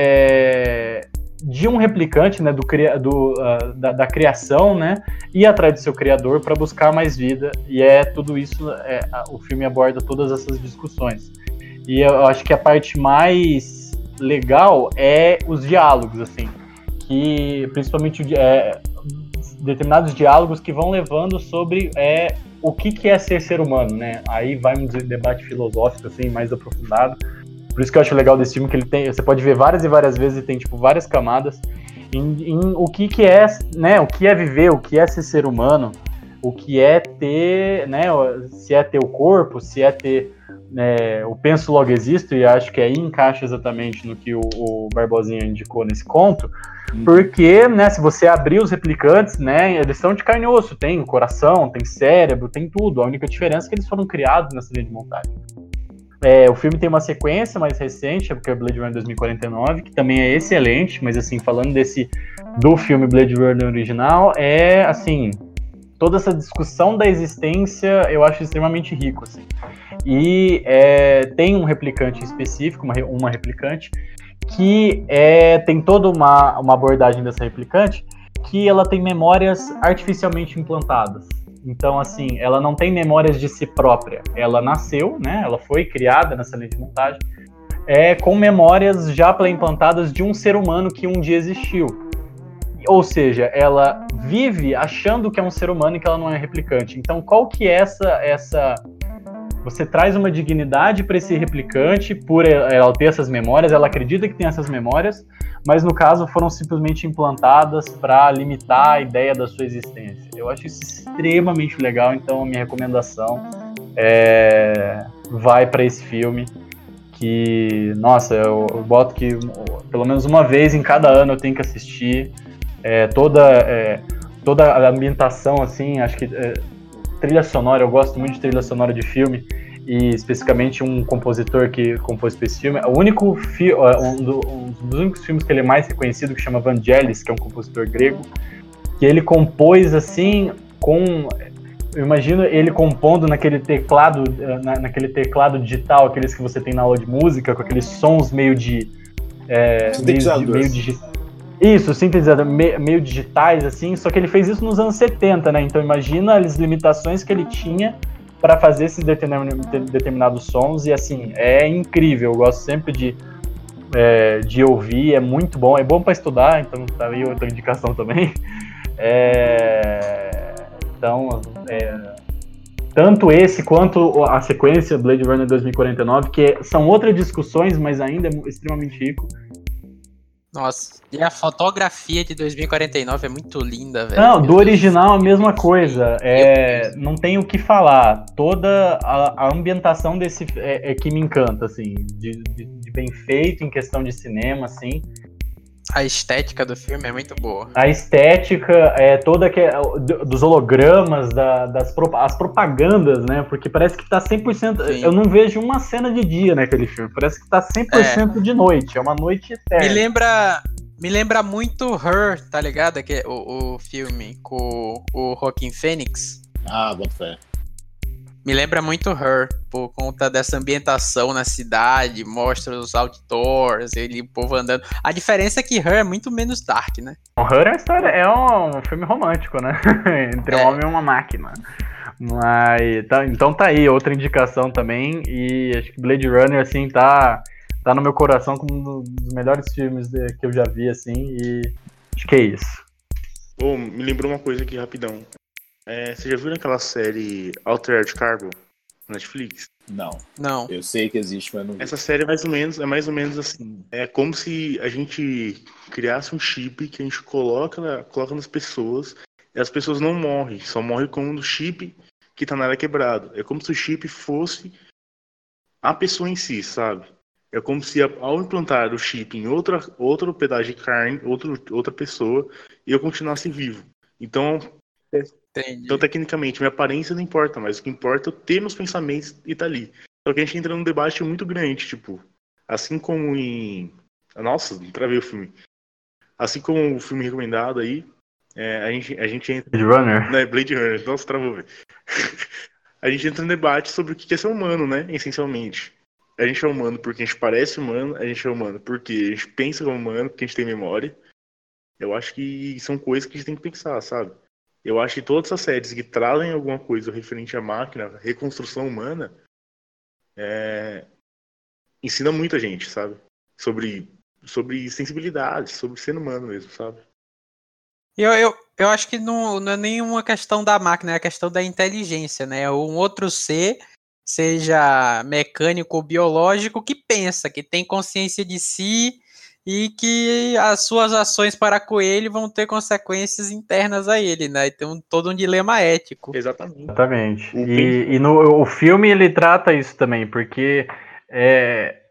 é, de um replicante, né, do, do, uh, da, da criação, né, ir atrás do seu criador para buscar mais vida. E é tudo isso, é, o filme aborda todas essas discussões. E eu acho que a parte mais legal é os diálogos, assim, que principalmente é, determinados diálogos que vão levando sobre é, o que, que é ser ser humano, né? Aí vai um debate filosófico, assim, mais aprofundado. Por isso que eu acho legal desse filme, que ele tem, você pode ver várias e várias vezes e tem, tipo, várias camadas em, em o que que é, né, o que é viver, o que é ser ser humano, o que é ter, né, se é ter o corpo, se é ter É, o penso logo existo, e acho que aí encaixa exatamente no que o, o Barbosinha indicou nesse conto, porque, né, se você abrir os replicantes, né, eles são de carne e osso, tem coração, tem cérebro, tem tudo, a única diferença é que eles foram criados nessa linha de montagem. É, o filme tem uma sequência mais recente, que é Blade Runner dois mil e quarenta e nove, que também é excelente, mas assim, falando desse, do filme Blade Runner original, é assim, toda essa discussão da existência eu acho extremamente rico, assim. E é, tem um replicante específico, uma, uma replicante, que é, tem toda uma, uma abordagem dessa replicante, que ela tem memórias artificialmente implantadas. Então, assim, ela não tem memórias de si própria. Ela nasceu, né? Ela foi criada nessa linha de montagem, é, com memórias já pré-implantadas de um ser humano que um dia existiu. Ou seja, ela vive achando que é um ser humano e que ela não é replicante. Então, qual que é essa... essa você traz uma dignidade para esse replicante por ela ter essas memórias, ela acredita que tem essas memórias, mas no caso foram simplesmente implantadas para limitar a ideia da sua existência. Eu acho isso extremamente legal, então a minha recomendação é, vai para esse filme, que, nossa, eu, eu boto que pelo menos uma vez em cada ano eu tenho que assistir, é, toda, é, toda a ambientação, assim, acho que... É, trilha sonora, eu gosto muito de trilha sonora de filme, e especificamente um compositor que compôs para esse filme. O único fi- um, do, um dos únicos filmes que ele é mais reconhecido, que chama Vangelis, que é um compositor grego, que ele compôs assim, com... Eu imagino ele compondo naquele teclado, na, naquele teclado digital, aqueles que você tem na aula de música, com aqueles sons meio de... É, meio, de, meio digital. Isso, sintetizador, meio, meio digitais, assim, só que ele fez isso nos anos setenta, né? Então imagina as limitações que ele tinha para fazer esses determinados sons, e assim, é incrível, eu gosto sempre de, é, de ouvir, é muito bom, é bom para estudar, então tá aí outra indicação também. É, então, é, tanto esse quanto a sequência Blade Runner dois mil e quarenta e nove, que são outras discussões, mas ainda é extremamente rico. Nossa, e a fotografia de dois mil e quarenta e nove é muito linda, velho. Não, do original a mesma coisa, é, não tem o que falar, toda a, a ambientação desse é, é que me encanta, assim, de, de, de bem feito em questão de cinema, assim. A estética do filme é muito boa. A estética, é toda que, dos hologramas, da, das as propagandas, né? Porque parece que tá cem por cento... Sim. Eu não vejo uma cena de dia naquele filme. Parece que tá cem por cento é. de noite. É uma noite eterna. Me lembra, me lembra muito Her, tá ligado? Que é o, o filme com o Joaquin Phoenix. Ah, boa fé. Me lembra muito Her, por conta dessa ambientação na cidade, mostra os outdoors, ele, o povo andando. A diferença é que Her é muito menos dark, né? O Her é, história, é um filme romântico, né? Entre um é. homem e uma máquina. Mas, tá, então tá aí, outra indicação também. E acho que Blade Runner, assim, tá, tá no meu coração como um dos melhores filmes de, que eu já vi, assim. E acho que é isso. Oh, me lembrou uma coisa aqui rapidão. É, você já viu aquela série Altered Carbon na Netflix? Não. Não. Eu sei que existe, mas não vi. Essa série é mais ou menos, é mais ou menos assim. É como se a gente criasse um chip que a gente coloca, na, coloca nas pessoas e as pessoas não morrem, só morrem com o chip que tá na área quebrado. É como se o chip fosse a pessoa em si, sabe? É como se ao implantar o chip em outra, outro pedaço de carne, outro, outra pessoa, eu continuasse vivo. Então, Entendi. então, tecnicamente, minha aparência não importa, mas o que importa é eu ter meus pensamentos e tá ali. Só que a gente entra num debate muito grande, tipo, assim como em. Nossa, pra ver o filme. Assim como o filme recomendado aí, é, a, gente, a gente entra. Blade Runner? Não, é Blade Runner, nossa, travou, velho. A gente entra num debate sobre o que é ser humano, né? Essencialmente. A gente é humano porque a gente parece humano, a gente é humano porque a gente pensa como humano, porque a gente tem memória. Eu acho que são coisas que a gente tem que pensar, sabe? Eu acho que todas as séries que trazem alguma coisa referente à máquina, reconstrução humana, é... ensina muita gente, sabe? Sobre, sobre sensibilidade, sobre ser humano mesmo, sabe? Eu, eu, eu acho que não, não é nenhuma questão da máquina, é a questão da inteligência, né? Um outro ser, seja mecânico ou biológico, que pensa, que tem consciência de si e que as suas ações para com ele vão ter consequências internas a ele, né? Então, todo um dilema ético. Exatamente. Exatamente. O E, e no o filme ele trata isso também, porque é,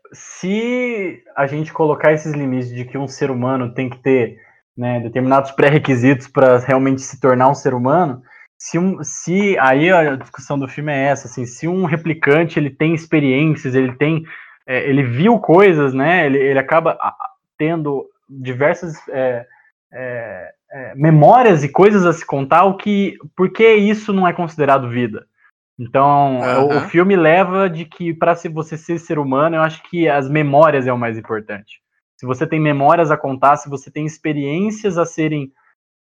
se a gente colocar esses limites de que um ser humano tem que ter, né, determinados pré-requisitos para realmente se tornar um ser humano, se, um, se aí a discussão do filme é essa, assim, se um replicante ele tem experiências, ele tem, é, ele viu coisas, né, ele, ele acaba tendo diversas é, é, é, memórias e coisas a se contar, o que, por que isso não é considerado vida? Então, Uhum. o, o filme leva de que para se você ser ser humano, eu acho que as memórias é o mais importante. Se você tem memórias a contar, se você tem experiências a serem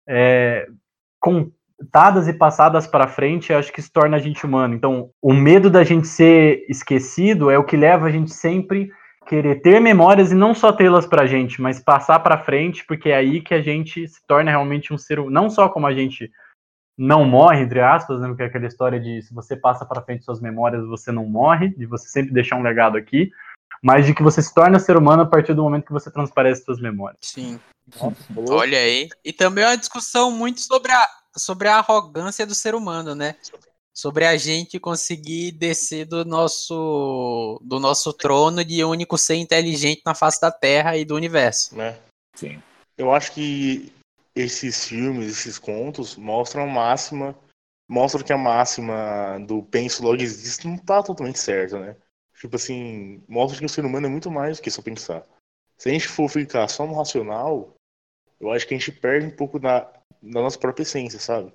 é, contadas e passadas para frente, eu acho que isso torna a gente humano. Então, o medo da gente ser esquecido é o que leva a gente sempre querer ter memórias e não só tê-las pra gente, mas passar pra frente, porque é aí que a gente se torna realmente um ser humano. Não só como a gente não morre, entre aspas, né, porque é aquela história de se você passa pra frente suas memórias, você não morre, de você sempre deixar um legado aqui, mas de que você se torna ser humano a partir do momento que você transparece suas memórias. Sim. Olha aí. E também é uma discussão muito sobre a, sobre a arrogância do ser humano, né? Sobre a gente conseguir descer do nosso, do nosso trono de único ser inteligente na face da Terra e do universo. Né? Sim. Eu acho que esses filmes, esses contos, mostram a máxima, mostram que a máxima do penso logo existe não tá totalmente certa, né? Tipo assim, mostra que o ser humano é muito mais do que só pensar. Se a gente for ficar só no racional, eu acho que a gente perde um pouco da, da nossa própria essência, sabe?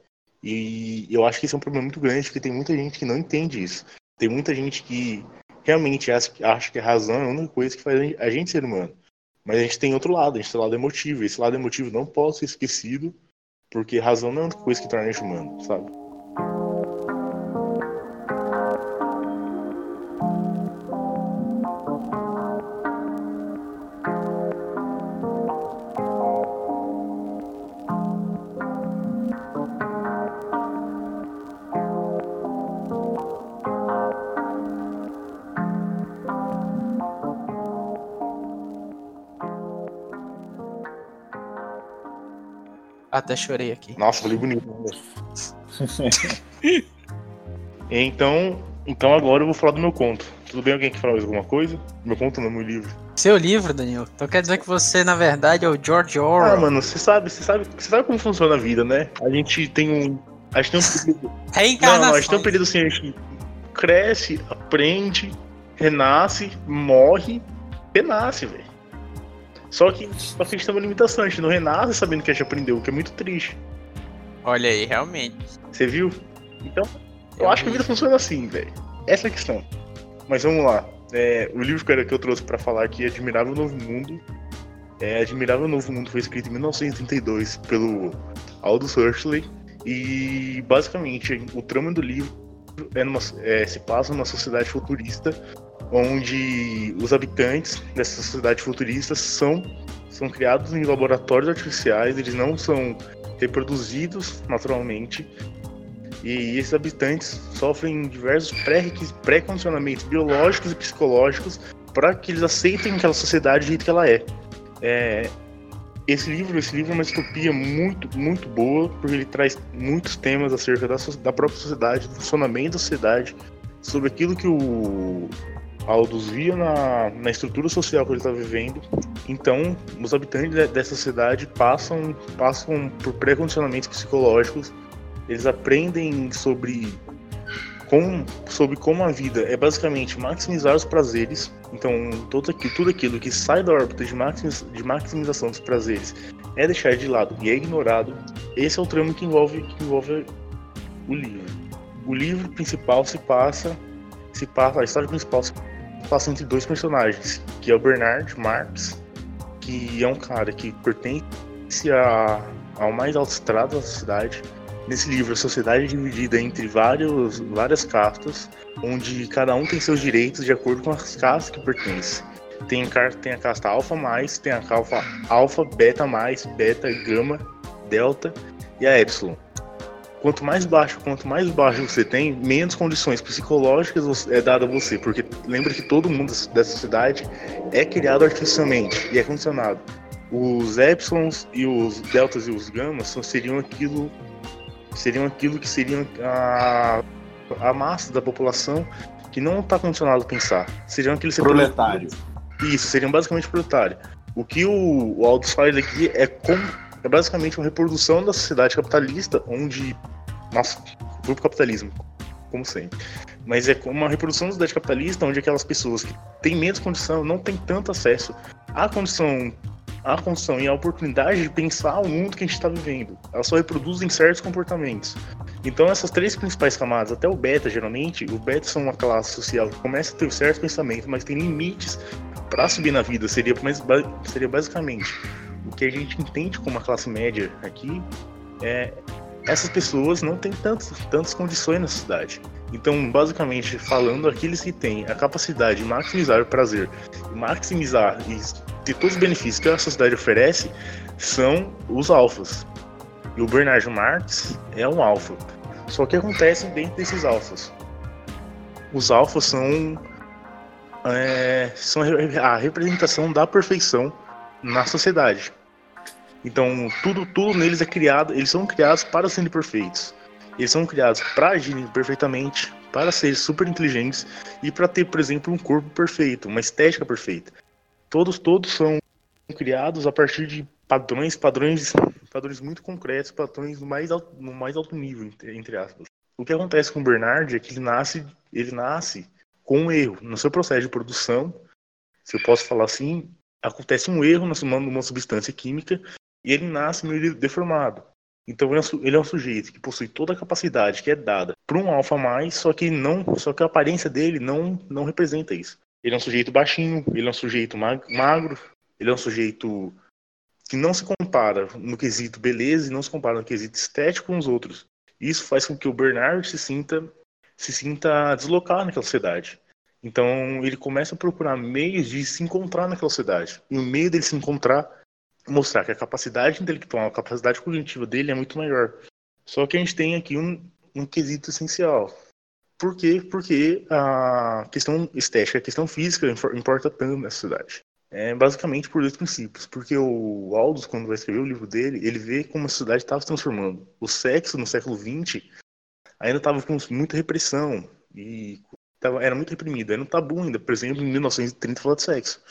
E eu acho que isso é um problema muito grande, porque tem muita gente que não entende isso. Tem muita gente que realmente acha, acha que a razão é a única coisa que faz a gente ser humano. Mas a gente tem outro lado, a gente tem o lado emotivo. E esse lado emotivo não pode ser esquecido, porque a razão não é a única coisa que torna a gente humano, sabe? Até chorei aqui. Nossa, falei bonito. então, então agora eu vou falar do meu conto. Tudo bem alguém que fala mais alguma coisa? Meu conto não, meu livro. Seu livro, Daniel. Então quer dizer que você, na verdade, é o George Orwell. Ah, mano, você sabe, você sabe, você sabe como funciona a vida, né? A gente tem um... A gente tem um período... Reencarnação. Não, não, a gente tem um período assim, a gente cresce, aprende, renasce, morre, renasce, velho. Só que, só que a gente tem uma limitação, a gente não renasce sabendo que a gente aprendeu, o que é muito triste. Olha aí, realmente. Você viu? Então, eu, eu acho vi. que a vida funciona assim, velho. Essa é a questão. Mas vamos lá. É, o livro que eu trouxe pra falar aqui é Admirável Novo Mundo. É, Admirável Novo Mundo foi escrito em mil novecentos e trinta e dois pelo Aldous Huxley. E basicamente o trama do livro é numa, é, se passa numa sociedade futurista, onde os habitantes dessa sociedade futurista são, são criados em laboratórios artificiais, eles não são reproduzidos naturalmente, e esses habitantes sofrem diversos pré-condicionamentos biológicos e psicológicos para que eles aceitem aquela sociedade do jeito que ela é. é esse livro, esse livro é uma distopia muito, muito boa, porque ele traz muitos temas acerca da, da própria sociedade, do funcionamento da sociedade, sobre aquilo que o Aldous via na, na estrutura social que ele está vivendo. Então, os habitantes dessa sociedade passam, passam por pré-condicionamentos psicológicos, eles aprendem sobre como, sobre como a vida é basicamente maximizar os prazeres. Então, todo aquilo, tudo aquilo que sai da órbita de, maximiz, de maximização dos prazeres é deixado de lado e é ignorado. Esse é o trama que envolve, que envolve o livro. O livro principal se passa, se passa, a história principal se passa entre dois personagens, que é o Bernard Marx, que é um cara que pertence a, ao mais alto estrado da sociedade. Nesse livro, a sociedade é dividida entre vários, várias castas, onde cada um tem seus direitos de acordo com as castas que pertence. Tem, tem a casta alfa mais, tem a alfa, alfa, beta mais, beta, gama, delta e a epsilon. Quanto mais baixo, quanto mais baixo você tem, menos condições psicológicas é dada a você, porque lembra que todo mundo dessa sociedade é criado artificialmente e é condicionado. Os epsilons e os deltas e os gamas são, seriam aquilo seriam aquilo que seriam a, a massa da população que não está condicionado a pensar. Seriam aqueles proletário. Isso, seriam basicamente proletário. O que o, o Aldous faz aqui é, com, é basicamente uma reprodução da sociedade capitalista, onde... Nossa, fui pro capitalismo, como sempre. Mas é uma reprodução da sociedade capitalista, onde aquelas pessoas que têm menos condição, não têm tanto acesso à condição... a condição e a oportunidade de pensar o mundo que a gente está vivendo. Elas só reproduzem certos comportamentos. Então essas três principais camadas, até o beta geralmente, o beta são uma classe social que começa a ter certos pensamentos, mas tem limites para subir na vida. Seria, seria basicamente o que a gente entende como a classe média aqui, é essas pessoas não têm tantas, tantas condições na sociedade. Então, basicamente, falando, aqueles que têm a capacidade de maximizar o prazer, maximizar e ter todos os benefícios que a sociedade oferece, são os alfas. E o Bernard Marx é um alfa. Só que acontece dentro desses alfas. Os alfas são, é, são a representação da perfeição na sociedade. Então, tudo, tudo neles é criado, eles são criados para serem perfeitos. Eles são criados para agirem perfeitamente, para serem super inteligentes e para ter, por exemplo, um corpo perfeito, uma estética perfeita. Todos, todos são criados a partir de padrões, padrões, padrões muito concretos, padrões no mais alto, no mais alto nível, entre, entre aspas. O que acontece com o Bernard é que ele nasce, ele nasce com um erro no seu processo de produção. Se eu posso falar assim, acontece um erro numa substância química e ele nasce meio deformado. Então ele é um sujeito que possui toda a capacidade que é dada para um alfa mais, só que não, só que a aparência dele não, não representa isso. Ele é um sujeito baixinho, ele é um sujeito magro, ele é um sujeito que não se compara no quesito beleza e não se compara no quesito estético com os outros. Isso faz com que o Bernard se sinta, se sinta deslocado naquela sociedade. Então ele começa a procurar meios de se encontrar naquela sociedade. E o meio dele se encontrar, mostrar que a capacidade intelectual, a capacidade cognitiva dele é muito maior. Só que a gente tem aqui um, um quesito essencial. Por quê? Porque a questão estética, a questão física importa tanto nessa sociedade. É basicamente por dois princípios. Porque o Aldous, quando vai escrever o livro dele, ele vê como a sociedade estava se transformando. O sexo no século vinte ainda estava com muita repressão e tava, era muito reprimido. Era um tabu ainda, por exemplo, em mil novecentos e trinta falar de sexo.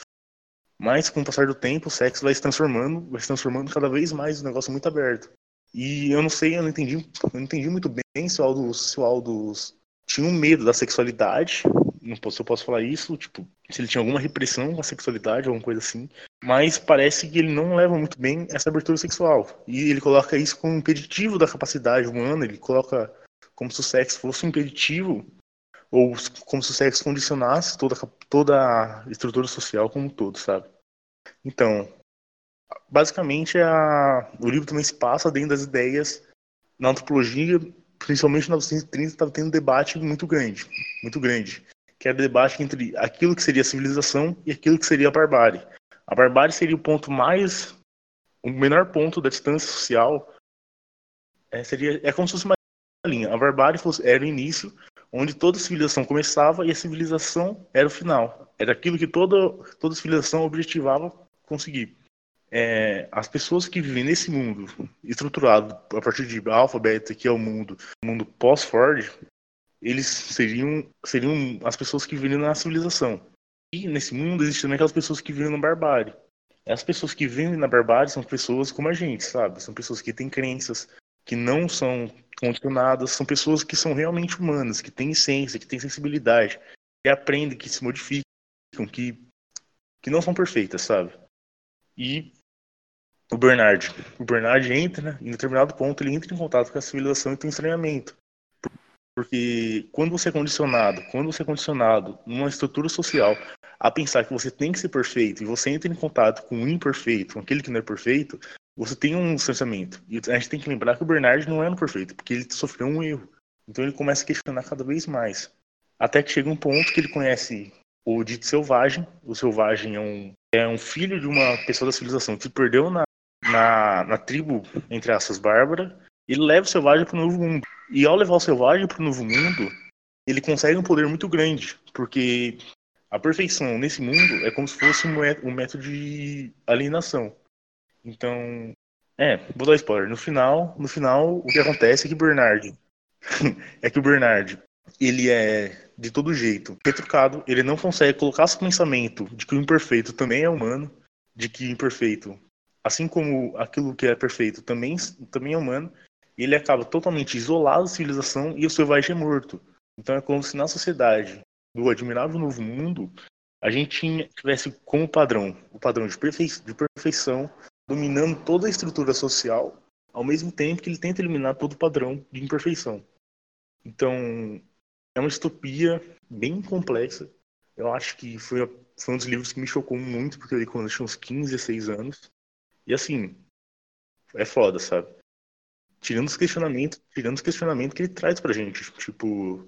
Mas com o passar do tempo, o sexo vai se transformando, vai se transformando cada vez mais um negócio muito aberto. E eu não sei, eu não entendi, eu não entendi muito bem se o Aldous, se o Aldous tinha um medo da sexualidade, não posso, se eu posso falar isso, tipo, se ele tinha alguma repressão com a sexualidade, alguma coisa assim. Mas parece que ele não leva muito bem essa abertura sexual. E ele coloca isso como um impeditivo da capacidade humana, ele coloca como se o sexo fosse um impeditivo, ou como se o sexo condicionasse toda, toda a estrutura social como um todo, sabe? Então, basicamente, a, o livro também se passa dentro das ideias na antropologia, principalmente nos mil novecentos e trinta, estava tendo um debate muito grande, muito grande, que era o debate entre aquilo que seria a civilização e aquilo que seria a barbárie. A barbárie seria o ponto mais, o menor ponto da distância social, é, seria, é como se fosse uma linha. A barbárie fosse, era o início, onde toda civilização começava e a civilização era o final. Era aquilo que toda, toda civilização objetivava conseguir. É, as pessoas que vivem nesse mundo estruturado a partir de alfa, beta, que é o mundo, o mundo pós-Ford, eles seriam, seriam as pessoas que vivem na civilização. E nesse mundo existem também aquelas pessoas que vivem na barbárie. As pessoas que vivem na barbárie são pessoas como a gente, sabe? São pessoas que têm crenças, que não são condicionadas, são pessoas que são realmente humanas, que têm essência, que têm sensibilidade, que aprendem, que se modificam, que, que não são perfeitas, sabe? E o Bernard. O Bernard entra, em determinado ponto, ele entra em contato com a civilização e tem um estranhamento. Porque quando você é condicionado, quando você é condicionado numa estrutura social a pensar que você tem que ser perfeito e você entra em contato com o imperfeito, com aquele que não é perfeito, você tem um distanciamento. E a gente tem que lembrar que o Bernard não era um perfeito, porque ele sofreu um erro. Então ele começa a questionar cada vez mais. Até que chega um ponto que ele conhece o dito selvagem. O selvagem é um, é um filho de uma pessoa da civilização que se perdeu na Na, na tribo, entre aspas, bárbara, ele leva o selvagem para o novo mundo. E ao levar o selvagem para o novo mundo, ele consegue um poder muito grande, porque a perfeição nesse mundo é como se fosse um, um método de alienação. Então, é, vou dar spoiler. No final, no final o que acontece é que o Bernard, é que o Bernard, ele é de todo jeito retrucado, ele não consegue colocar seu pensamento de que o imperfeito também é humano, de que o imperfeito, assim como aquilo que é perfeito também, também é humano, e ele acaba totalmente isolado da civilização e o selvagem é morto. Então é como se na sociedade do admirável novo mundo a gente tinha, tivesse como padrão o padrão de, perfei, de perfeição dominando toda a estrutura social, ao mesmo tempo que ele tenta eliminar todo o padrão de imperfeição. Então é uma distopia bem complexa. Eu acho que foi, foi um dos livros que me chocou muito, porque eu li quando eu tinha uns quinze, dezesseis anos. E assim, é foda, sabe? Tirando os questionamentos, tirando os questionamentos que ele traz pra gente. Tipo,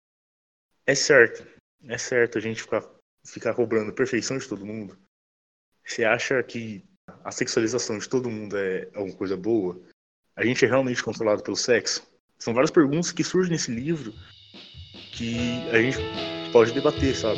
é certo. É certo a gente ficar, ficar cobrando perfeição de todo mundo. Você acha que a sexualização de todo mundo é alguma coisa boa? A gente é realmente controlado pelo sexo? São várias perguntas que surgem nesse livro que a gente pode debater, sabe?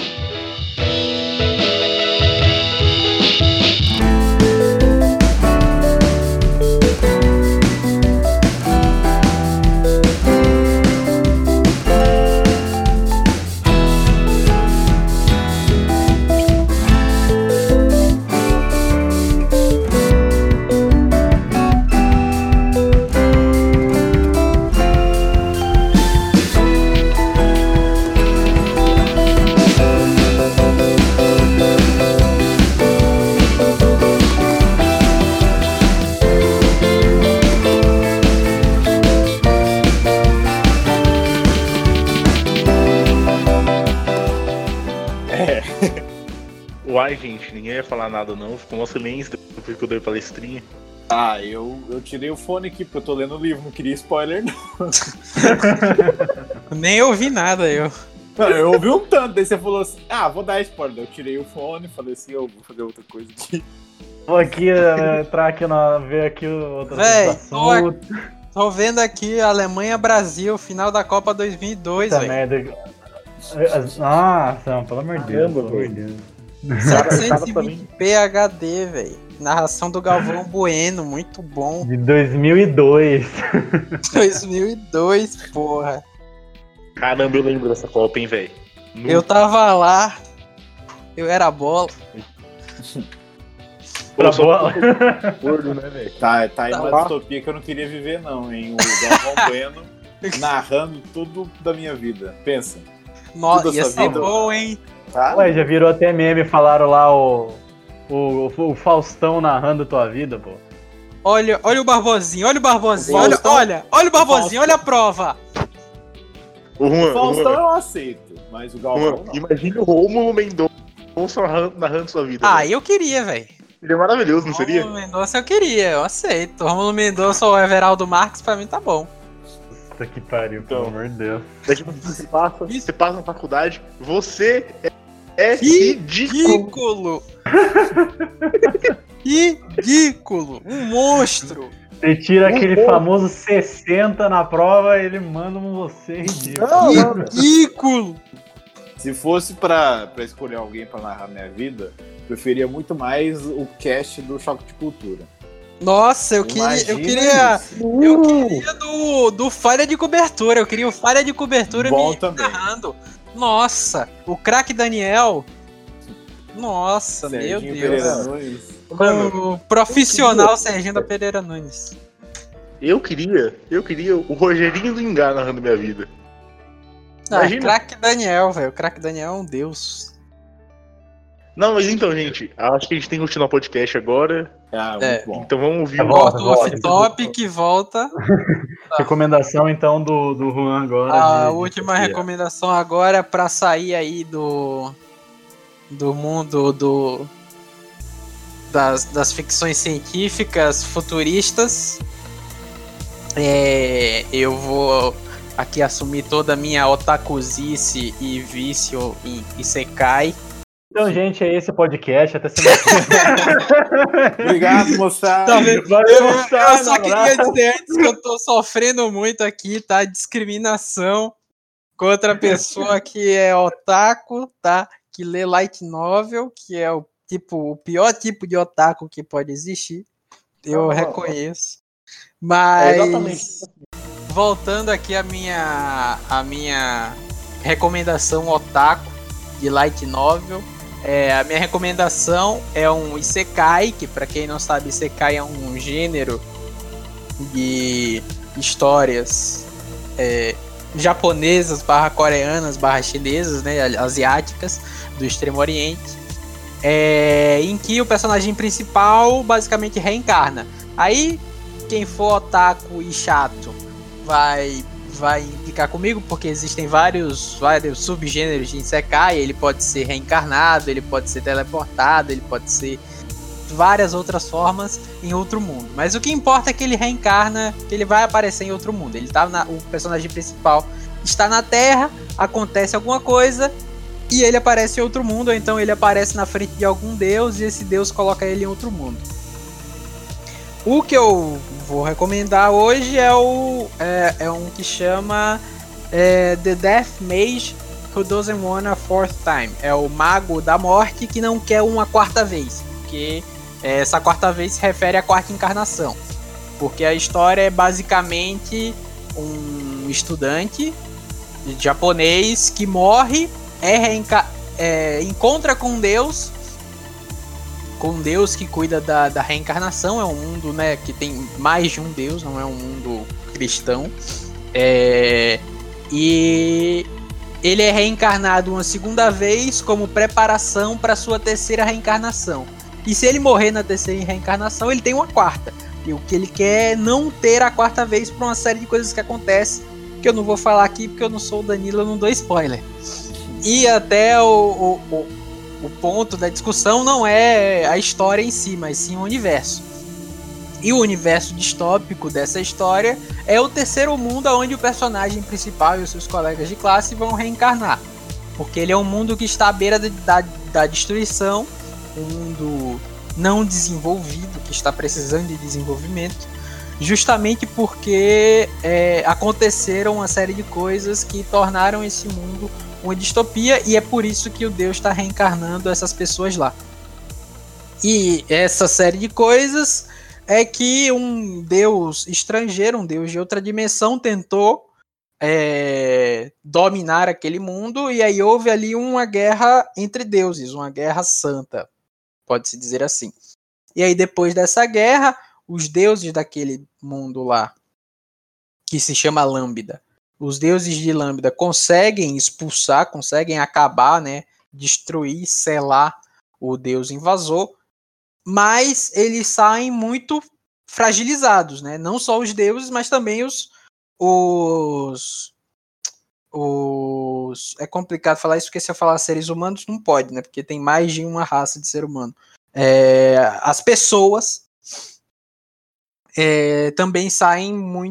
Uai, gente, ninguém ia falar nada não, ficou um silêncio depois que eu dei palestrinha. Ah, eu, eu tirei o fone aqui porque eu tô lendo o livro, não queria spoiler não. Nem ouvi nada, eu. Não, eu ouvi um tanto, daí você falou assim, ah, vou dar spoiler. Eu tirei o fone, falei assim, eu vou fazer outra coisa aqui. Vou aqui uh, entrar aqui na. ver aqui outras Véi, tô, a... tô vendo aqui Alemanha-Brasil, final da Copa dois mil e dois, Puta velho. merda. Nossa, pelo amor de Deus, pelo amor de Deus. setecentos e vinte p H D, velho. Narração do Galvão Bueno, muito bom. De dois mil e dois. dois mil e dois, porra. Caramba, eu lembro dessa Copa, hein, velho. Eu tava lá, eu era a bola. Pra bola. Gordo, né, velho? Tá, tá aí Tá uma lá. distopia que eu não queria viver não, hein. O Galvão Bueno narrando tudo da minha vida. Pensa. Nossa, Tudo ia essa ser vida. bom, hein? Tá? Ué, já virou até meme, falaram lá o, o, o Faustão narrando tua vida, pô. Olha, olha o Barbosinho, olha o Barbosinho, O olha, Faustão- olha, olha o Barbosinho, o olha a prova. O Juan, O Faustão o Juan, eu aceito, mas o Galvão Juan, não. imagina o Rômulo Mendonça narrando, narrando sua vida. Ah, velho. eu queria, velho. Seria maravilhoso, não seria? Rômulo Mendonça eu queria, eu aceito. Rômulo Mendonça ou Everaldo Marques, pra mim tá bom. Puta que pariu, Então. pelo amor de Deus. Daqui você passa, você passa na faculdade, você é, é ridículo. Ridículo! Ridículo! Um monstro! Você tira Um aquele monstro. famoso sessenta na prova, ele manda um você ridículo. Não, não. Ridículo! Se fosse pra, pra escolher alguém pra narrar minha vida, preferia muito mais o cast do Choque de Cultura. Nossa, eu queria, eu Imagina queria, isso. eu queria do, do falha de cobertura, eu queria o falha de cobertura Bom me também. narrando. Nossa, o craque Daniel. Nossa, Serginho meu Pereira Deus. Nunes. Mano, O profissional Serginho da Pereira Nunes. eu queria, eu queria o Rogerinho do Engá narrando minha vida. Ah, Imagina. craque Daniel, velho. O craque Daniel é um deus. Não, mas então, gente, acho que a gente tem que continuar o podcast agora. Ah, muito É. bom. Então vamos ouvir Tá o. bom. Volta o volta, off-topic, volta. Recomendação então do, do Juan agora. A de- de última Sofia. recomendação agora pra sair aí do do mundo do das, das ficções científicas futuristas. É, eu vou aqui assumir toda a minha otakuzice e vício em Isekai. Então, gente, é esse o podcast. Até semana que vem. Obrigado, moçada. Tá vendo? Valeu, Eu, moçada, eu só queria abraço. dizer antes que eu tô sofrendo muito aqui, tá? Discriminação contra a pessoa que é otaku, tá? Que lê light novel, que é o tipo o pior tipo de otaku que pode existir. Eu Não, não, reconheço. É Mas exatamente. voltando aqui a minha a minha recomendação otaku de light novel. É, a minha recomendação é um Isekai, que pra quem não sabe, Isekai é um gênero de histórias é, japonesas, barra coreanas, barra chinesas, né, asiáticas, do Extremo Oriente, é, em que o personagem principal basicamente reencarna. Aí, quem for otaku e chato vai... vai ficar comigo, porque existem vários, vários subgêneros de Isekai. Ele pode ser reencarnado, ele pode ser teleportado, ele pode ser várias outras formas em outro mundo. Mas o que importa é que ele reencarna, que ele vai aparecer em outro mundo. Ele tá na, o personagem principal está na Terra, acontece alguma coisa e ele aparece em outro mundo, ou então ele aparece na frente de algum deus e esse deus coloca ele em outro mundo. O que eu vou recomendar hoje é, o, é, é um que chama é, The Death Mage Who Doesn't Want a Fourth Time. É o mago da morte que não quer uma quarta vez. Porque é, essa quarta vez se refere à quarta encarnação. Porque a história é basicamente um estudante japonês que morre, é reenca- é, encontra com Deus... com Deus que cuida da, da reencarnação. É um mundo, né, que tem mais de um Deus, não é um mundo cristão. É, e ele é reencarnado uma segunda vez como preparação para sua terceira reencarnação. E se ele morrer na terceira reencarnação, ele tem uma quarta. E o que ele quer é não ter a quarta vez por uma série de coisas que acontecem, que eu não vou falar aqui porque eu não sou o Danilo, eu não dou spoiler. E até o... o, o O ponto da discussão não é a história em si, mas sim o universo. E o universo distópico dessa história é o terceiro mundo onde o personagem principal e os seus colegas de classe vão reencarnar. Porque ele é um mundo que está à beira da, da, da destruição, um mundo não desenvolvido, que está precisando de desenvolvimento, justamente porque é, aconteceram uma série de coisas que tornaram esse mundo uma distopia, e é por isso que o Deus está reencarnando essas pessoas lá. E essa série de coisas é que um Deus estrangeiro, um Deus de outra dimensão, tentou é, dominar aquele mundo, e aí houve ali uma guerra entre deuses, uma guerra santa, pode-se dizer assim. E aí depois dessa guerra, os deuses daquele mundo lá, que se chama Lambda, os deuses de Lambda conseguem expulsar, conseguem acabar, né, destruir, selar o deus invasor, mas eles saem muito fragilizados, né? Não só os deuses, mas também os, os, os... É complicado falar isso, porque se eu falar seres humanos, não pode, né? Porque tem mais de uma raça de ser humano. é, as pessoas é, também saem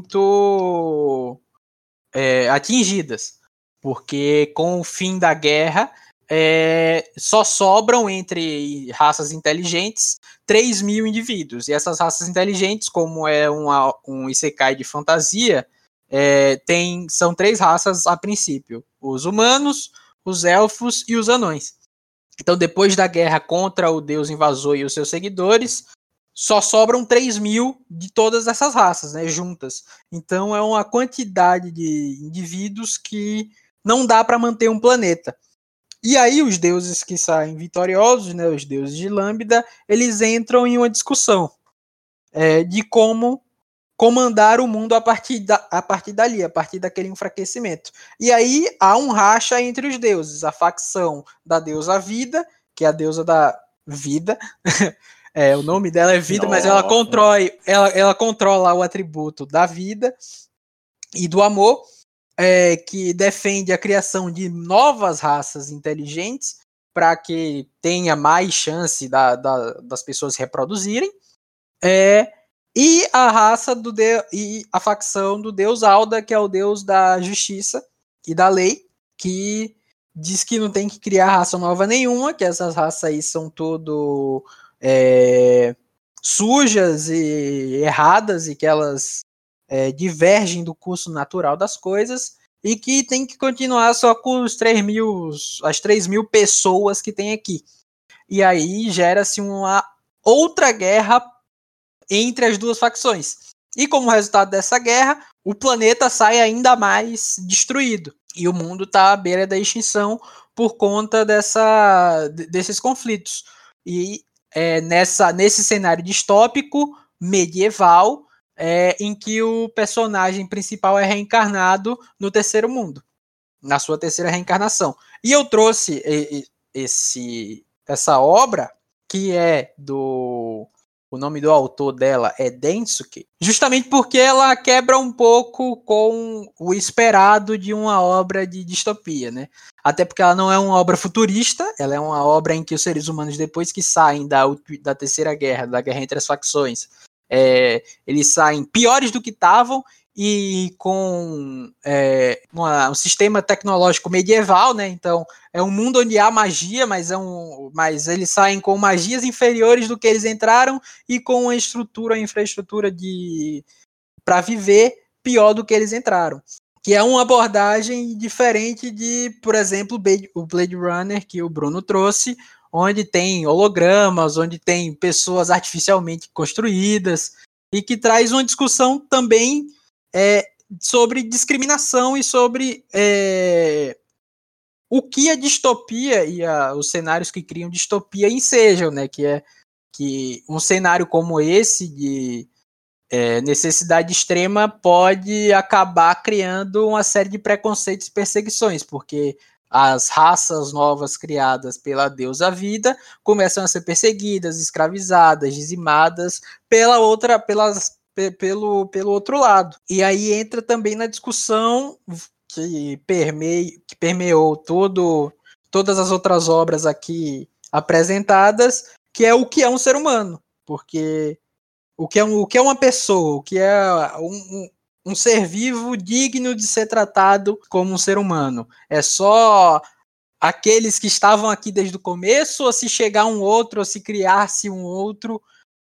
muito é, atingidas, porque com o fim da guerra é, só sobram entre raças inteligentes três mil indivíduos, e essas raças inteligentes, como é uma, um isekai de fantasia, é, tem, são três raças a princípio: os humanos, os elfos e os anões. Então, depois da guerra contra o deus invasor e os seus seguidores, só sobram três mil de todas essas raças, né, juntas. Então, é uma quantidade de indivíduos que não dá para manter um planeta. E aí, os deuses que saem vitoriosos, né, os deuses de Lambda, eles entram em uma discussão é, de como comandar o mundo a partir, da, a partir dali, a partir daquele enfraquecimento. E aí há um racha entre os deuses, a facção da deusa Vida, que é a deusa da vida, é, o nome dela é Vida, Nossa. mas ela controla, ela, ela controla o atributo da vida e do amor, é, que defende a criação de novas raças inteligentes para que tenha mais chance da, da, das pessoas se reproduzirem, é, e a raça do de... e a facção do deus Alda, que é o deus da justiça e da lei, que diz que não tem que criar raça nova nenhuma, que essas raças aí são tudo é, sujas e erradas, e que elas é, divergem do curso natural das coisas, e que tem que continuar só com os três mil, as três mil pessoas que tem aqui. E aí gera-se uma outra guerra entre as duas facções. E como resultado dessa guerra, o planeta sai ainda mais destruído. E o mundo está à beira da extinção por conta dessa, desses conflitos. E é, nessa, nesse cenário distópico, medieval, é, em que o personagem principal é reencarnado no terceiro mundo, na sua terceira reencarnação. E eu trouxe esse, essa obra, que é do... O nome do autor dela é Densuke, justamente porque ela quebra um pouco com o esperado de uma obra de distopia, né? Até porque ela não é uma obra futurista, ela é uma obra em que os seres humanos, depois que saem da, da Terceira Guerra, da guerra entre as facções, é, eles saem piores do que estavam, e com é, uma, um sistema tecnológico medieval, né? Então é um mundo onde há magia, mas, é um, mas eles saem com magias inferiores do que eles entraram, e com uma estrutura, uma infraestrutura de para viver pior do que eles entraram. Que é uma abordagem diferente de, por exemplo, o Blade Runner que o Bruno trouxe, onde tem hologramas, onde tem pessoas artificialmente construídas, e que traz uma discussão também É, sobre discriminação e sobre é, o que a distopia e a, os cenários que criam distopia ensejam, né? Que é que um cenário como esse de é, necessidade extrema pode acabar criando uma série de preconceitos e perseguições, porque as raças novas criadas pela deusa vida começam a ser perseguidas, escravizadas, dizimadas pela outra, pelas Pelo, pelo outro lado. E aí entra também na discussão que, permei, que permeou todo, todas as outras obras aqui apresentadas, que é o que é um ser humano. Porque o que é, um, o que é uma pessoa, o que é um, um ser vivo digno de ser tratado como um ser humano. É só aqueles que estavam aqui desde o começo, ou se chegar um outro, ou se criar-se um outro,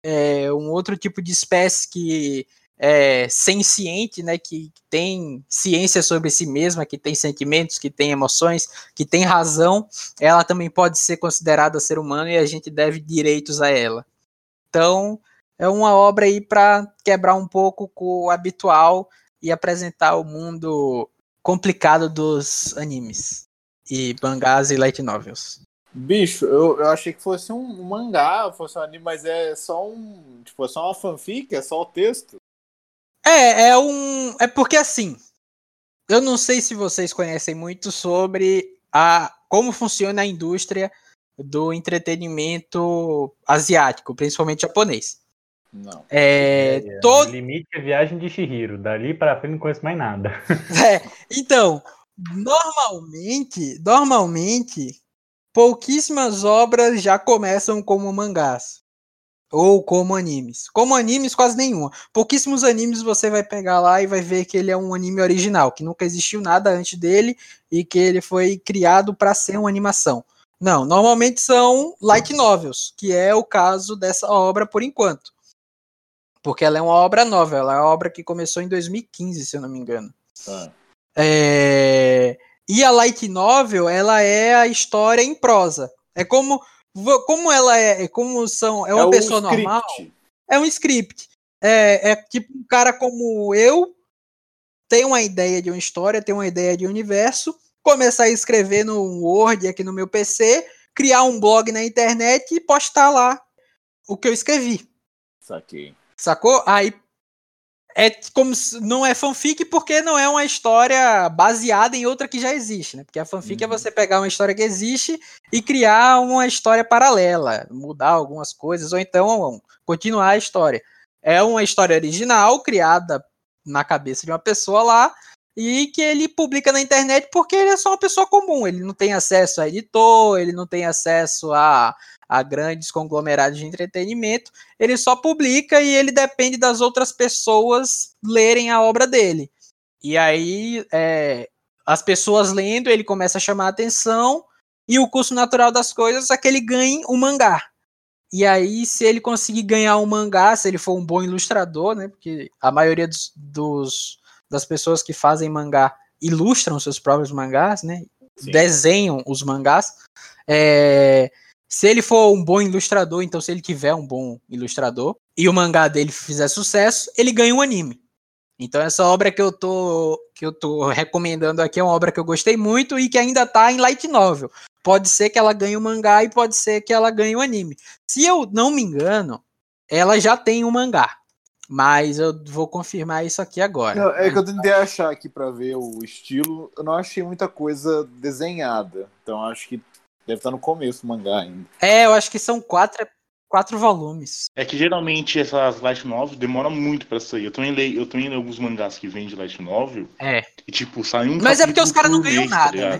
É, um outro tipo de espécie que é senciente, né, que tem ciência sobre si mesma, que tem sentimentos, que tem emoções, que tem razão, ela também pode ser considerada ser humano e a gente deve direitos a ela. Então, é uma obra aí para quebrar um pouco com o habitual e apresentar o mundo complicado dos animes e mangás e light novels. Bicho, eu, eu achei que fosse um, um mangá, fosse um anime, mas é só um. Tipo, é só uma fanfic, é só o texto. É, é um. É porque assim. Eu não sei se vocês conhecem muito sobre a, como funciona a indústria do entretenimento asiático, principalmente japonês. Não. É, É, é, todo... O limite é Viagem de Chihiro. Dali pra frente não conheço mais nada. É, então, normalmente, normalmente. pouquíssimas obras já começam como mangás. Ou como animes. Como animes, quase nenhuma. Pouquíssimos animes você vai pegar lá e vai ver que ele é um anime original, que nunca existiu nada antes dele e que ele foi criado para ser uma animação. Não, normalmente são light novels, que é o caso dessa obra por enquanto. Porque ela é uma obra nova, ela é uma obra que começou em dois mil e quinze, se eu não me engano. Ah. É... E a light novel, ela é a história em prosa. É como... Como ela é, como são, é uma É um pessoa script. normal, é um script. É, é tipo um cara como eu, tem uma ideia de uma história, tem uma ideia de um universo, começar a escrever no Word aqui no meu P C, criar um blog na internet e postar lá o que eu escrevi. Saquei. Sacou? Aí é como se, não é fanfic porque não é uma história baseada em outra que já existe, né? Porque a fanfic uhum. é você pegar uma história que existe e criar uma história paralela, mudar algumas coisas, ou então continuar a história. É uma história original, criada na cabeça de uma pessoa lá, e que ele publica na internet porque ele é só uma pessoa comum, ele não tem acesso a editor, ele não tem acesso a... a grandes conglomerados de entretenimento, ele só publica e ele depende das outras pessoas lerem a obra dele. E aí, é, as pessoas lendo, ele começa a chamar a atenção, e o curso natural das coisas é que ele ganhe um mangá. E aí, se ele conseguir ganhar um mangá, se ele for um bom ilustrador, né, porque a maioria dos, dos, das pessoas que fazem mangá ilustram seus próprios mangás, né, Sim. desenham os mangás, é... Se ele for um bom ilustrador, então se ele tiver um bom ilustrador e o mangá dele fizer sucesso, ele ganha um anime. Então essa obra que eu tô, que eu tô recomendando aqui é uma obra que eu gostei muito e que ainda tá em light novel. Pode ser que ela ganhe um mangá e pode ser que ela ganhe um anime. Se eu não me engano, ela já tem um mangá. Mas eu vou confirmar isso aqui agora. Não, é que eu tentei achar aqui pra ver o estilo. Eu não achei muita coisa desenhada. Então acho que deve estar no começo do mangá ainda. É, eu acho que são quatro, quatro volumes. É que geralmente essas light novels demoram muito pra sair. Eu também leio, eu também leio alguns mangás que vêm de light novel. É. E tipo, sai um Mas é porque os caras não ganham mês, nada, tá né?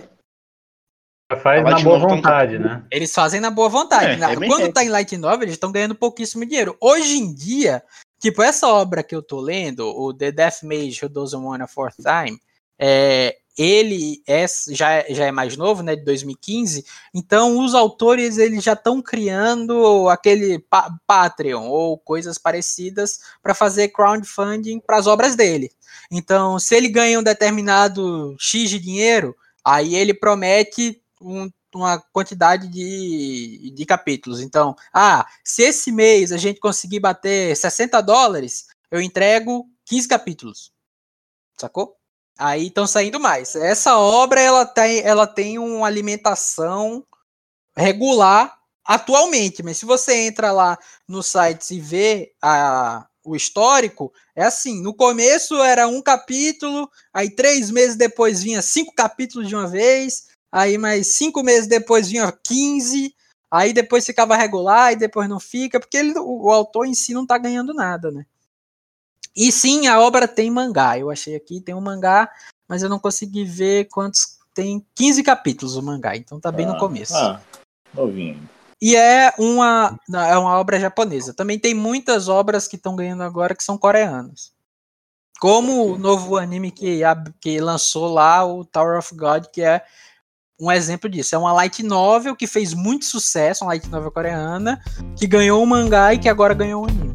Faz na boa vontade, tão... né? Eles fazem na boa vontade. É, Na... é Quando reto. tá em light novel, eles estão ganhando pouquíssimo dinheiro. Hoje em dia, tipo, essa obra que eu tô lendo, o The Death Mage Who Doesn't Want a Fourth Time, é... ele é, já, é, já é mais novo, né, de dois mil e quinze, então os autores eles já estão criando aquele pa- Patreon ou coisas parecidas para fazer crowdfunding para as obras dele. Então, se ele ganha um determinado X de dinheiro, aí ele promete um, uma quantidade de, de capítulos. Então, ah, se esse mês a gente conseguir bater sessenta dólares, eu entrego quinze capítulos. Sacou? Aí estão saindo mais. Essa obra ela tem, ela tem uma alimentação regular atualmente, mas se você entra lá no site e vê a, o histórico, é assim, no começo era um capítulo, aí três meses depois vinha cinco capítulos de uma vez, aí mais cinco meses depois vinha quinze, aí depois ficava regular e depois não fica, porque ele, o, o autor em si não tá ganhando nada, né? E sim, a obra tem mangá. Eu achei aqui, tem um mangá, mas eu não consegui ver quantos. Tem quinze capítulos o mangá, então tá bem ah, no começo. Ah, novinho. E é uma, é uma obra japonesa. Também tem muitas obras que estão ganhando agora que são coreanas. Como o novo anime que, que lançou lá, o Tower of God, que é um exemplo disso. É uma light novel que fez muito sucesso, uma light novel coreana, que ganhou um mangá e que agora ganhou um anime.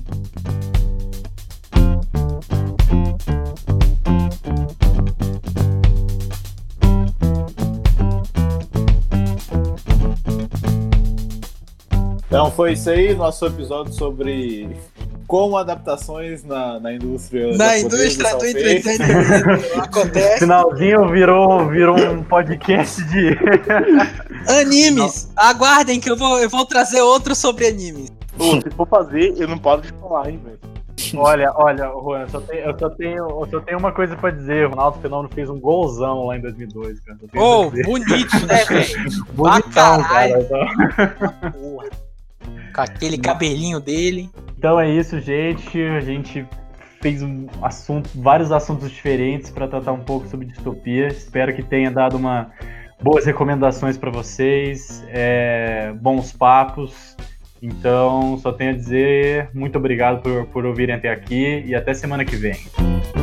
Então foi isso aí, nosso episódio sobre como adaptações na, na indústria na indústria do entretenimento acontece. Finalzinho virou, virou um podcast de animes. Não. Aguardem que eu vou, eu vou trazer outro sobre animes. Pô, se for fazer, eu não paro de falar, hein, velho. Olha, olha, Juan, eu só tenho, eu só tenho, eu só tenho uma coisa pra dizer. O Ronaldo Fenômeno fez um golzão lá em dois mil e dois, cara. Oh, bonito, né, velho? Bonitão, cara. Porra. Com aquele cabelinho dele. Então é isso, gente. A gente fez um assunto, vários assuntos diferentes para tratar um pouco sobre distopia. Espero que tenha dado uma, boas recomendações para vocês, é, bons papos. Então, só tenho a dizer muito obrigado por, por ouvirem até aqui e até semana que vem.